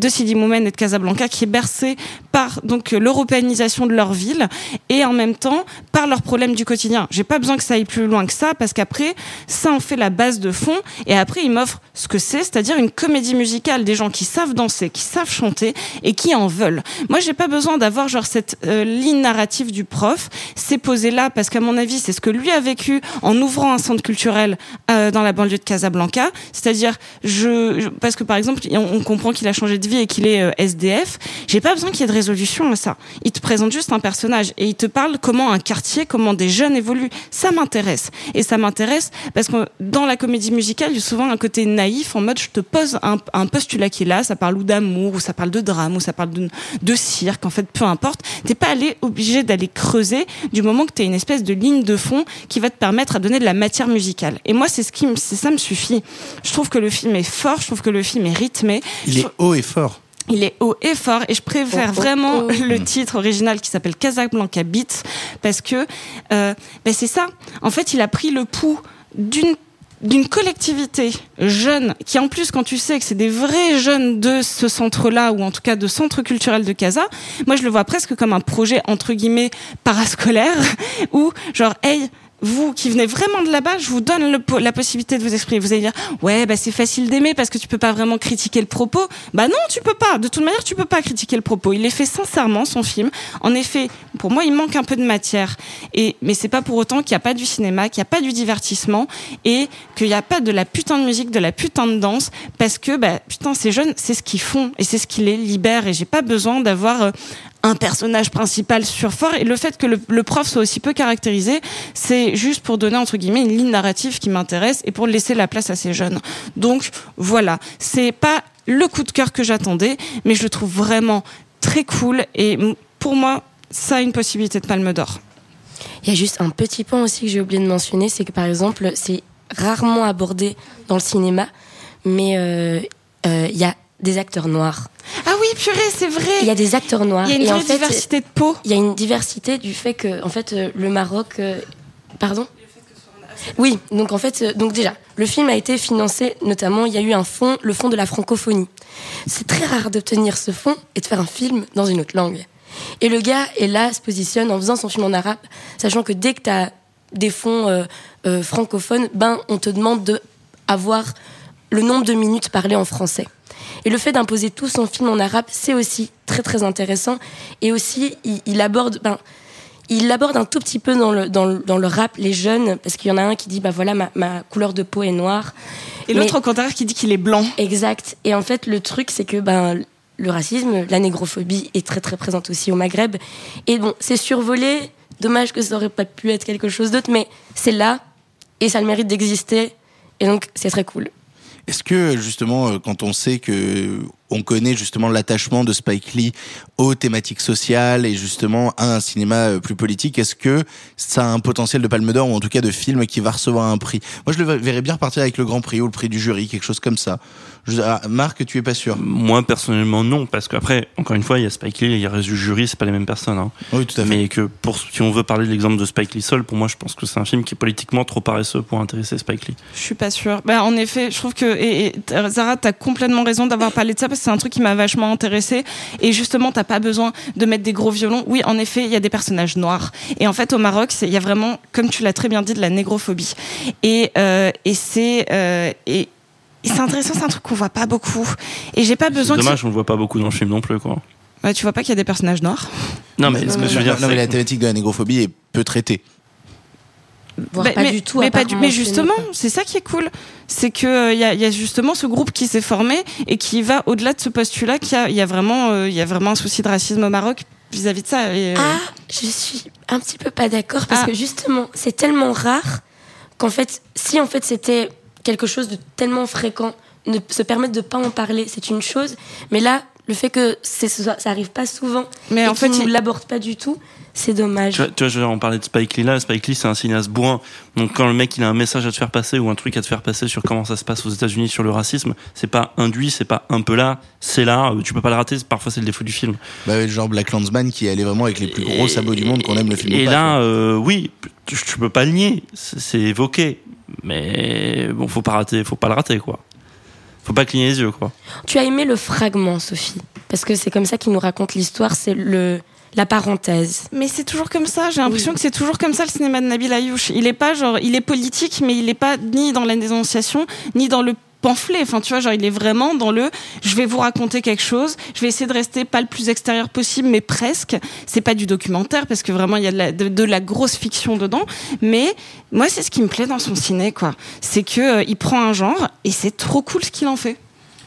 de Sidi Moumen et de Casablanca, qui est bercé par donc l'européanisation de leur ville et en même temps par leurs problèmes du quotidien. J'ai pas besoin que ça aille plus loin que ça, parce qu'après ça en fait la base de fond, et après il m'offre ce que c'est, c'est-à-dire une comédie musicale, des gens qui savent danser, qui savent chanter et qui en veulent. Moi j'ai pas besoin d'avoir genre cette euh, ligne narrative du prof, c'est posé là parce qu'à mon avis c'est ce que lui a vécu en ouvrant un centre culturel euh, dans la banlieue de Casablanca, c'est-à-dire je, je parce que par exemple on, on comprend qu'il a changé de vie et qu'il est euh, S D F, j'ai pas besoin qu'il y ait de résolution à ça. Il te présente juste un personnage et il te parle comment un quartier, comment des jeunes évoluent. Ça m'intéresse. Et ça m'intéresse parce que dans la comédie musicale, il y a souvent un côté naïf en mode je te pose un, un postulat qui est là, ça parle ou d'amour, ou ça parle de drame, ou ça parle de, de cirque, en fait, peu importe. T'es pas allé, obligé d'aller creuser du moment que t'as une espèce de ligne de fond qui va te permettre à donner de la matière musicale. Et moi, c'est ce qui, c'est ça me suffit. Je trouve que le film est fort, je trouve que le film est rythmé.
Il est haut et fort.
Il est haut et fort et je préfère
oh, oh,
vraiment
oh.
le titre original qui s'appelle Casablanca Beats parce que euh, ben c'est ça. En fait, il a pris le pouls d'une d'une collectivité jeune qui en plus quand tu sais que c'est des vrais jeunes de ce centre-là ou en tout cas de centre culturel de Casa, moi je le vois presque comme un projet entre guillemets parascolaire où genre hey vous qui venez vraiment de là-bas, je vous donne le, la possibilité de vous exprimer. Vous allez dire, ouais, bah c'est facile d'aimer parce que tu peux pas vraiment critiquer le propos. Bah non, tu peux pas. De toute manière, tu peux pas critiquer le propos. Il est fait sincèrement, son film. En effet, pour moi, il manque un peu de matière. Et mais c'est pas pour autant qu'il y a pas du cinéma, qu'il y a pas du divertissement et qu'il y a pas de la putain de musique, de la putain de danse, parce que bah putain, ces jeunes, c'est ce qu'ils font et c'est ce qui les libère. Et j'ai pas besoin d'avoir euh, un personnage principal sur fort, et le fait que le, le prof soit aussi peu caractérisé, c'est juste pour donner entre guillemets une ligne narrative qui m'intéresse et pour laisser la place à ces jeunes. Donc voilà, c'est pas le coup de cœur que j'attendais, mais je le trouve vraiment très cool et pour moi ça a une possibilité de Palme d'Or.
Il y a juste un petit point aussi que j'ai oublié de mentionner, c'est que par exemple c'est rarement abordé dans le cinéma, mais il euh, euh, y a des acteurs noirs.
Ah oui, purée, c'est vrai.
Il y a des acteurs noirs.
Il y a une
et
vraie
en fait,
diversité de peau.
Il y a une diversité du fait que, en fait, euh, le Maroc, euh, pardon. Oui, donc en fait, euh, donc déjà, le film a été financé, notamment, il y a eu un fonds, le fonds de la francophonie. C'est très rare d'obtenir ce fonds et de faire un film dans une autre langue. Et le gars est là, se positionne en faisant son film en arabe, sachant que dès que tu as des fonds euh, euh, francophones, ben on te demande de avoir le nombre de minutes parlées en français. Et le fait d'imposer tout son film en arabe, c'est aussi très très intéressant. Et aussi, il, il aborde, ben, il aborde un tout petit peu dans le dans le, dans le rap les jeunes, parce qu'il y en a un qui dit bah voilà ma, ma couleur de peau est noire.
Et l'autre au contraire qui dit qu'il est blanc.
Exact. Et en fait, le truc c'est que ben le racisme, la négrophobie est très très présente aussi au Maghreb. Et bon, c'est survolé. Dommage que ça aurait pas pu être quelque chose d'autre, mais c'est là et ça a le mérite d'exister. Et donc c'est très cool.
Est-ce que justement, quand on sait que on connaît justement l'attachement de Spike Lee aux thématiques sociales et justement à un cinéma plus politique, est-ce que ça a un potentiel de Palme d'Or ou en tout cas de film qui va recevoir un prix? Moi, je le verrais bien repartir avec le Grand Prix ou le prix du jury, quelque chose comme ça. Je, ah, Marc, tu es pas sûr?
Moi, personnellement, non, parce qu'après, encore une fois, il y a Spike Lee, il y a le reste du jury, c'est pas les mêmes personnes. Hein.
Oui, tout à fait.
Mais que pour, si on veut parler de l'exemple de Spike Lee seul, pour moi, je pense que c'est un film qui est politiquement trop paresseux pour intéresser Spike Lee.
Je suis pas sûre. Ben, en effet, je trouve que et, et Zara, t'as complètement raison d'avoir parlé de ça parce que c'est un truc qui m'a vachement intéressée. Et justement, t'as pas besoin de mettre des gros violons. Oui, en effet, il y a des personnages noirs. Et en fait, au Maroc, il y a vraiment, comme tu l'as très bien dit, de la négrophobie. Et euh, et c'est euh, et Et c'est intéressant, c'est un truc qu'on voit pas beaucoup. Et j'ai pas besoin.
C'est dommage,
que...
on le voit pas beaucoup dans le film non plus, quoi.
Ouais, tu vois pas qu'il y a des personnages noirs?
Non, mais, ce que je veux dire,
non, mais la thématique de la négrophobie est peu traitée.
Voire pas
mais,
du tout.
Mais, pas du... mais justement, c'est ça qui est cool. C'est qu'il euh, y, a, y a justement ce groupe qui s'est formé et qui va au-delà de ce postulat qu'il y a, y a, vraiment, euh, y a vraiment un souci de racisme au Maroc vis-à-vis de ça. Et, euh...
Ah, je suis un petit peu pas d'accord parce ah. que justement, c'est tellement rare qu'en fait, si en fait c'était quelque chose de tellement fréquent, ne se permettre de pas en parler, c'est une chose. Mais là, le fait que c'est, ça arrive pas souvent mais et en fait, il ne l'aborde pas du tout, c'est dommage.
Tu vois, tu vois, je vais en parler de Spike Lee là. Spike Lee, c'est un cinéaste bourrin. Donc quand le mec il a un message à te faire passer ou un truc à te faire passer sur comment ça se passe aux États-Unis sur le racisme, c'est pas induit, c'est pas un peu là, c'est là. Tu peux pas le rater. Parfois c'est le défaut du film.
Bah ouais, genre Black Landsman qui allait vraiment avec les plus gros et, sabots du monde qu'on aime le film.
Et
pas,
là, euh, oui, tu, tu peux pas le nier. C'est, c'est évoqué, mais bon, faut pas rater, faut pas le rater quoi. faut pas cligner les yeux, quoi.
Tu as aimé le fragment, Sophie, parce que c'est comme ça qu'il nous raconte l'histoire, c'est le la parenthèse.
Mais c'est toujours comme ça, j'ai l'impression oui. que c'est toujours comme ça le cinéma de Nabil Ayouch. Il est pas genre, il est politique, mais il est pas ni dans la dénonciation, ni dans le pamphlet. Enfin, tu vois, genre, il est vraiment dans le je vais vous raconter quelque chose, je vais essayer de rester pas le plus extérieur possible, mais presque. C'est pas du documentaire, parce que vraiment, il y a de la, de, de la grosse fiction dedans. Mais moi, c'est ce qui me plaît dans son ciné, quoi. C'est que euh, il prend un genre et c'est trop cool ce qu'il en fait.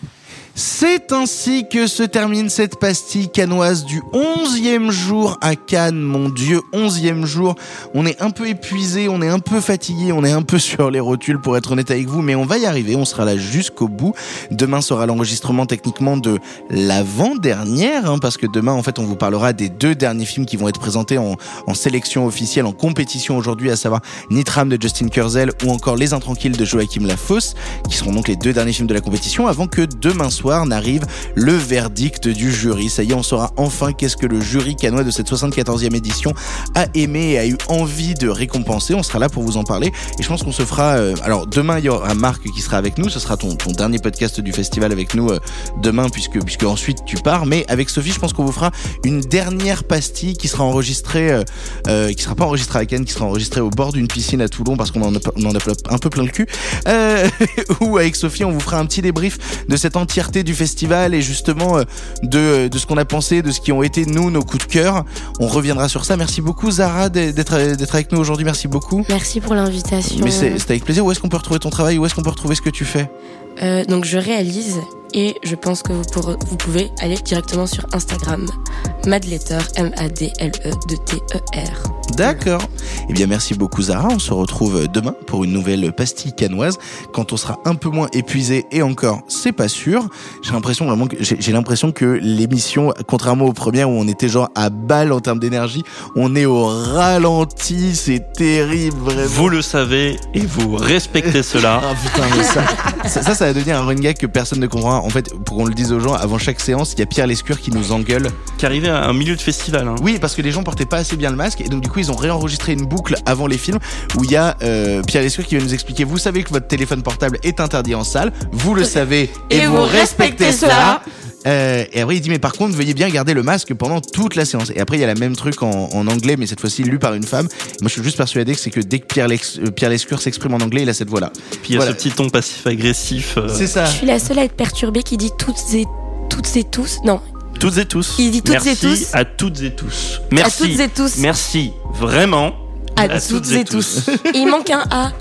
C'est ainsi que se termine cette pastille cannoise du onzième jour à Cannes. Mon Dieu, onzième jour. On est un peu épuisé, on est un peu fatigué, on est un peu sur les rotules pour être honnête avec vous, mais on va y arriver, on sera là jusqu'au bout. Demain sera l'enregistrement techniquement de l'avant-dernière, hein, parce que demain, en fait, on vous parlera des deux derniers films qui vont être présentés en, en sélection officielle, en compétition aujourd'hui, à savoir Nitram de Justin Kurzel ou encore Les Intranquilles de Joachim Lafosse, qui seront donc les deux derniers films de la compétition, avant que demain soir n'arrive le verdict du jury. Ça y est, on saura enfin qu'est-ce que le jury cannois de cette soixante-quatorzième édition a aimé et a eu envie de récompenser. On sera là pour vous en parler et je pense qu'on se fera... Euh, alors demain, il y aura Marc qui sera avec nous. Ce sera ton, ton dernier podcast du festival avec nous euh, demain puisque, puisque ensuite tu pars. Mais avec Sophie, je pense qu'on vous fera une dernière pastille qui sera enregistrée, euh, euh, qui sera pas enregistrée à Cannes, qui sera enregistrée au bord d'une piscine à Toulon parce qu'on en a, on en a un peu plein le cul. Euh, où avec Sophie, on vous fera un petit débrief de cette entièreté du festival et justement de, de ce qu'on a pensé, de ce qui ont été nous, nos coups de cœur. On reviendra sur ça. Merci beaucoup Zara d'être, d'être avec nous aujourd'hui. Merci beaucoup.
Merci pour l'invitation.
Mais c'est, c'est avec plaisir. Où est-ce qu'on peut retrouver ton travail? Où est-ce qu'on peut retrouver ce que tu fais?
euh, Donc je réalise et je pense que vous, pour, vous pouvez aller directement sur Instagram. Madletter, M A D L E T E R.
D'accord. Eh bien, merci beaucoup Zara. On se retrouve demain pour une nouvelle pastille cannoise quand on sera un peu moins épuisé et encore, c'est pas sûr. J'ai l'impression vraiment que j'ai, j'ai l'impression que l'émission, contrairement aux premières où on était genre à balle en termes d'énergie, on est au ralenti. C'est terrible, vraiment.
Vous le savez et vous respectez cela.
Ah putain, mais ça, ça, ça, ça va devenir un running gag que personne ne comprendra. En fait, pour qu'on le dise aux gens, avant chaque séance, il y a Pierre Lescure qui nous engueule.
Qui arrivait à un milieu de festival. Hein.
Oui, parce que les gens portaient pas assez bien le masque et donc du coup ils ont réenregistré une boucle avant les films où il y a euh, Pierre Lescure qui va nous expliquer. Vous savez que votre téléphone portable est interdit en salle, vous le savez et, et vous, vous respectez, respectez cela. Euh, et après il dit mais par contre veuillez bien garder le masque pendant toute la séance. Et après il y a la même truc en, en anglais mais cette fois-ci lu par une femme. Moi je suis juste persuadé que c'est que dès que Pierre, Lex, euh, Pierre Lescure s'exprime en anglais il a cette voix là.
Puis il y a
voilà.
ce petit ton passif-agressif. Euh...
C'est ça.
Je suis la seule à être perturbée qui dit toutes et toutes et tous. Non.
Toutes et tous.
Il dit toutes
Merci
et tous.
à toutes et tous. Merci.
À toutes et tous.
Merci vraiment.
À, à toutes, toutes et tous. tous. Et il manque un A.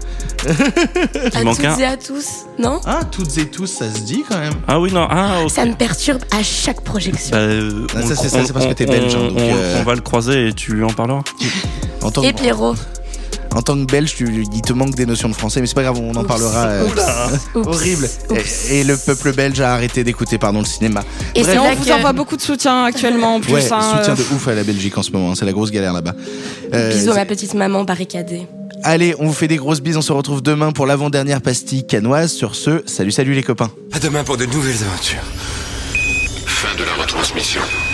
Il
à
manque
toutes
un...
et à tous, non?
Ah, toutes et tous, ça se dit quand même.
Ah oui, non. Ah, okay.
Ça me perturbe à chaque projection.
Bah, euh,
ah, ça, c'est, ça, c'est parce que t'es belge.
On,
hein, donc,
on,
euh...
on va le croiser et tu lui en parleras.
En tant
et
que...
Pierrot.
En tant que belge, tu, il te manque des notions de français, mais c'est pas grave, on en
Oups.
parlera. Euh,
Oups.
Horrible.
Oups.
Et, et le peuple belge a arrêté d'écouter, pardon, le cinéma.
Et
Bref,
c'est on vous que... envoie beaucoup de soutien actuellement en plus.
Ouais,
hein,
soutien
euh...
de ouf à la Belgique en ce moment, c'est la grosse galère là-bas.
Euh, Bisous à ma petite maman barricadée.
Allez, on vous fait des grosses bises, on se retrouve demain pour l'avant-dernière pastille cannoise. Sur ce, salut, salut les copains.
À demain pour de nouvelles aventures.
Fin de la retransmission.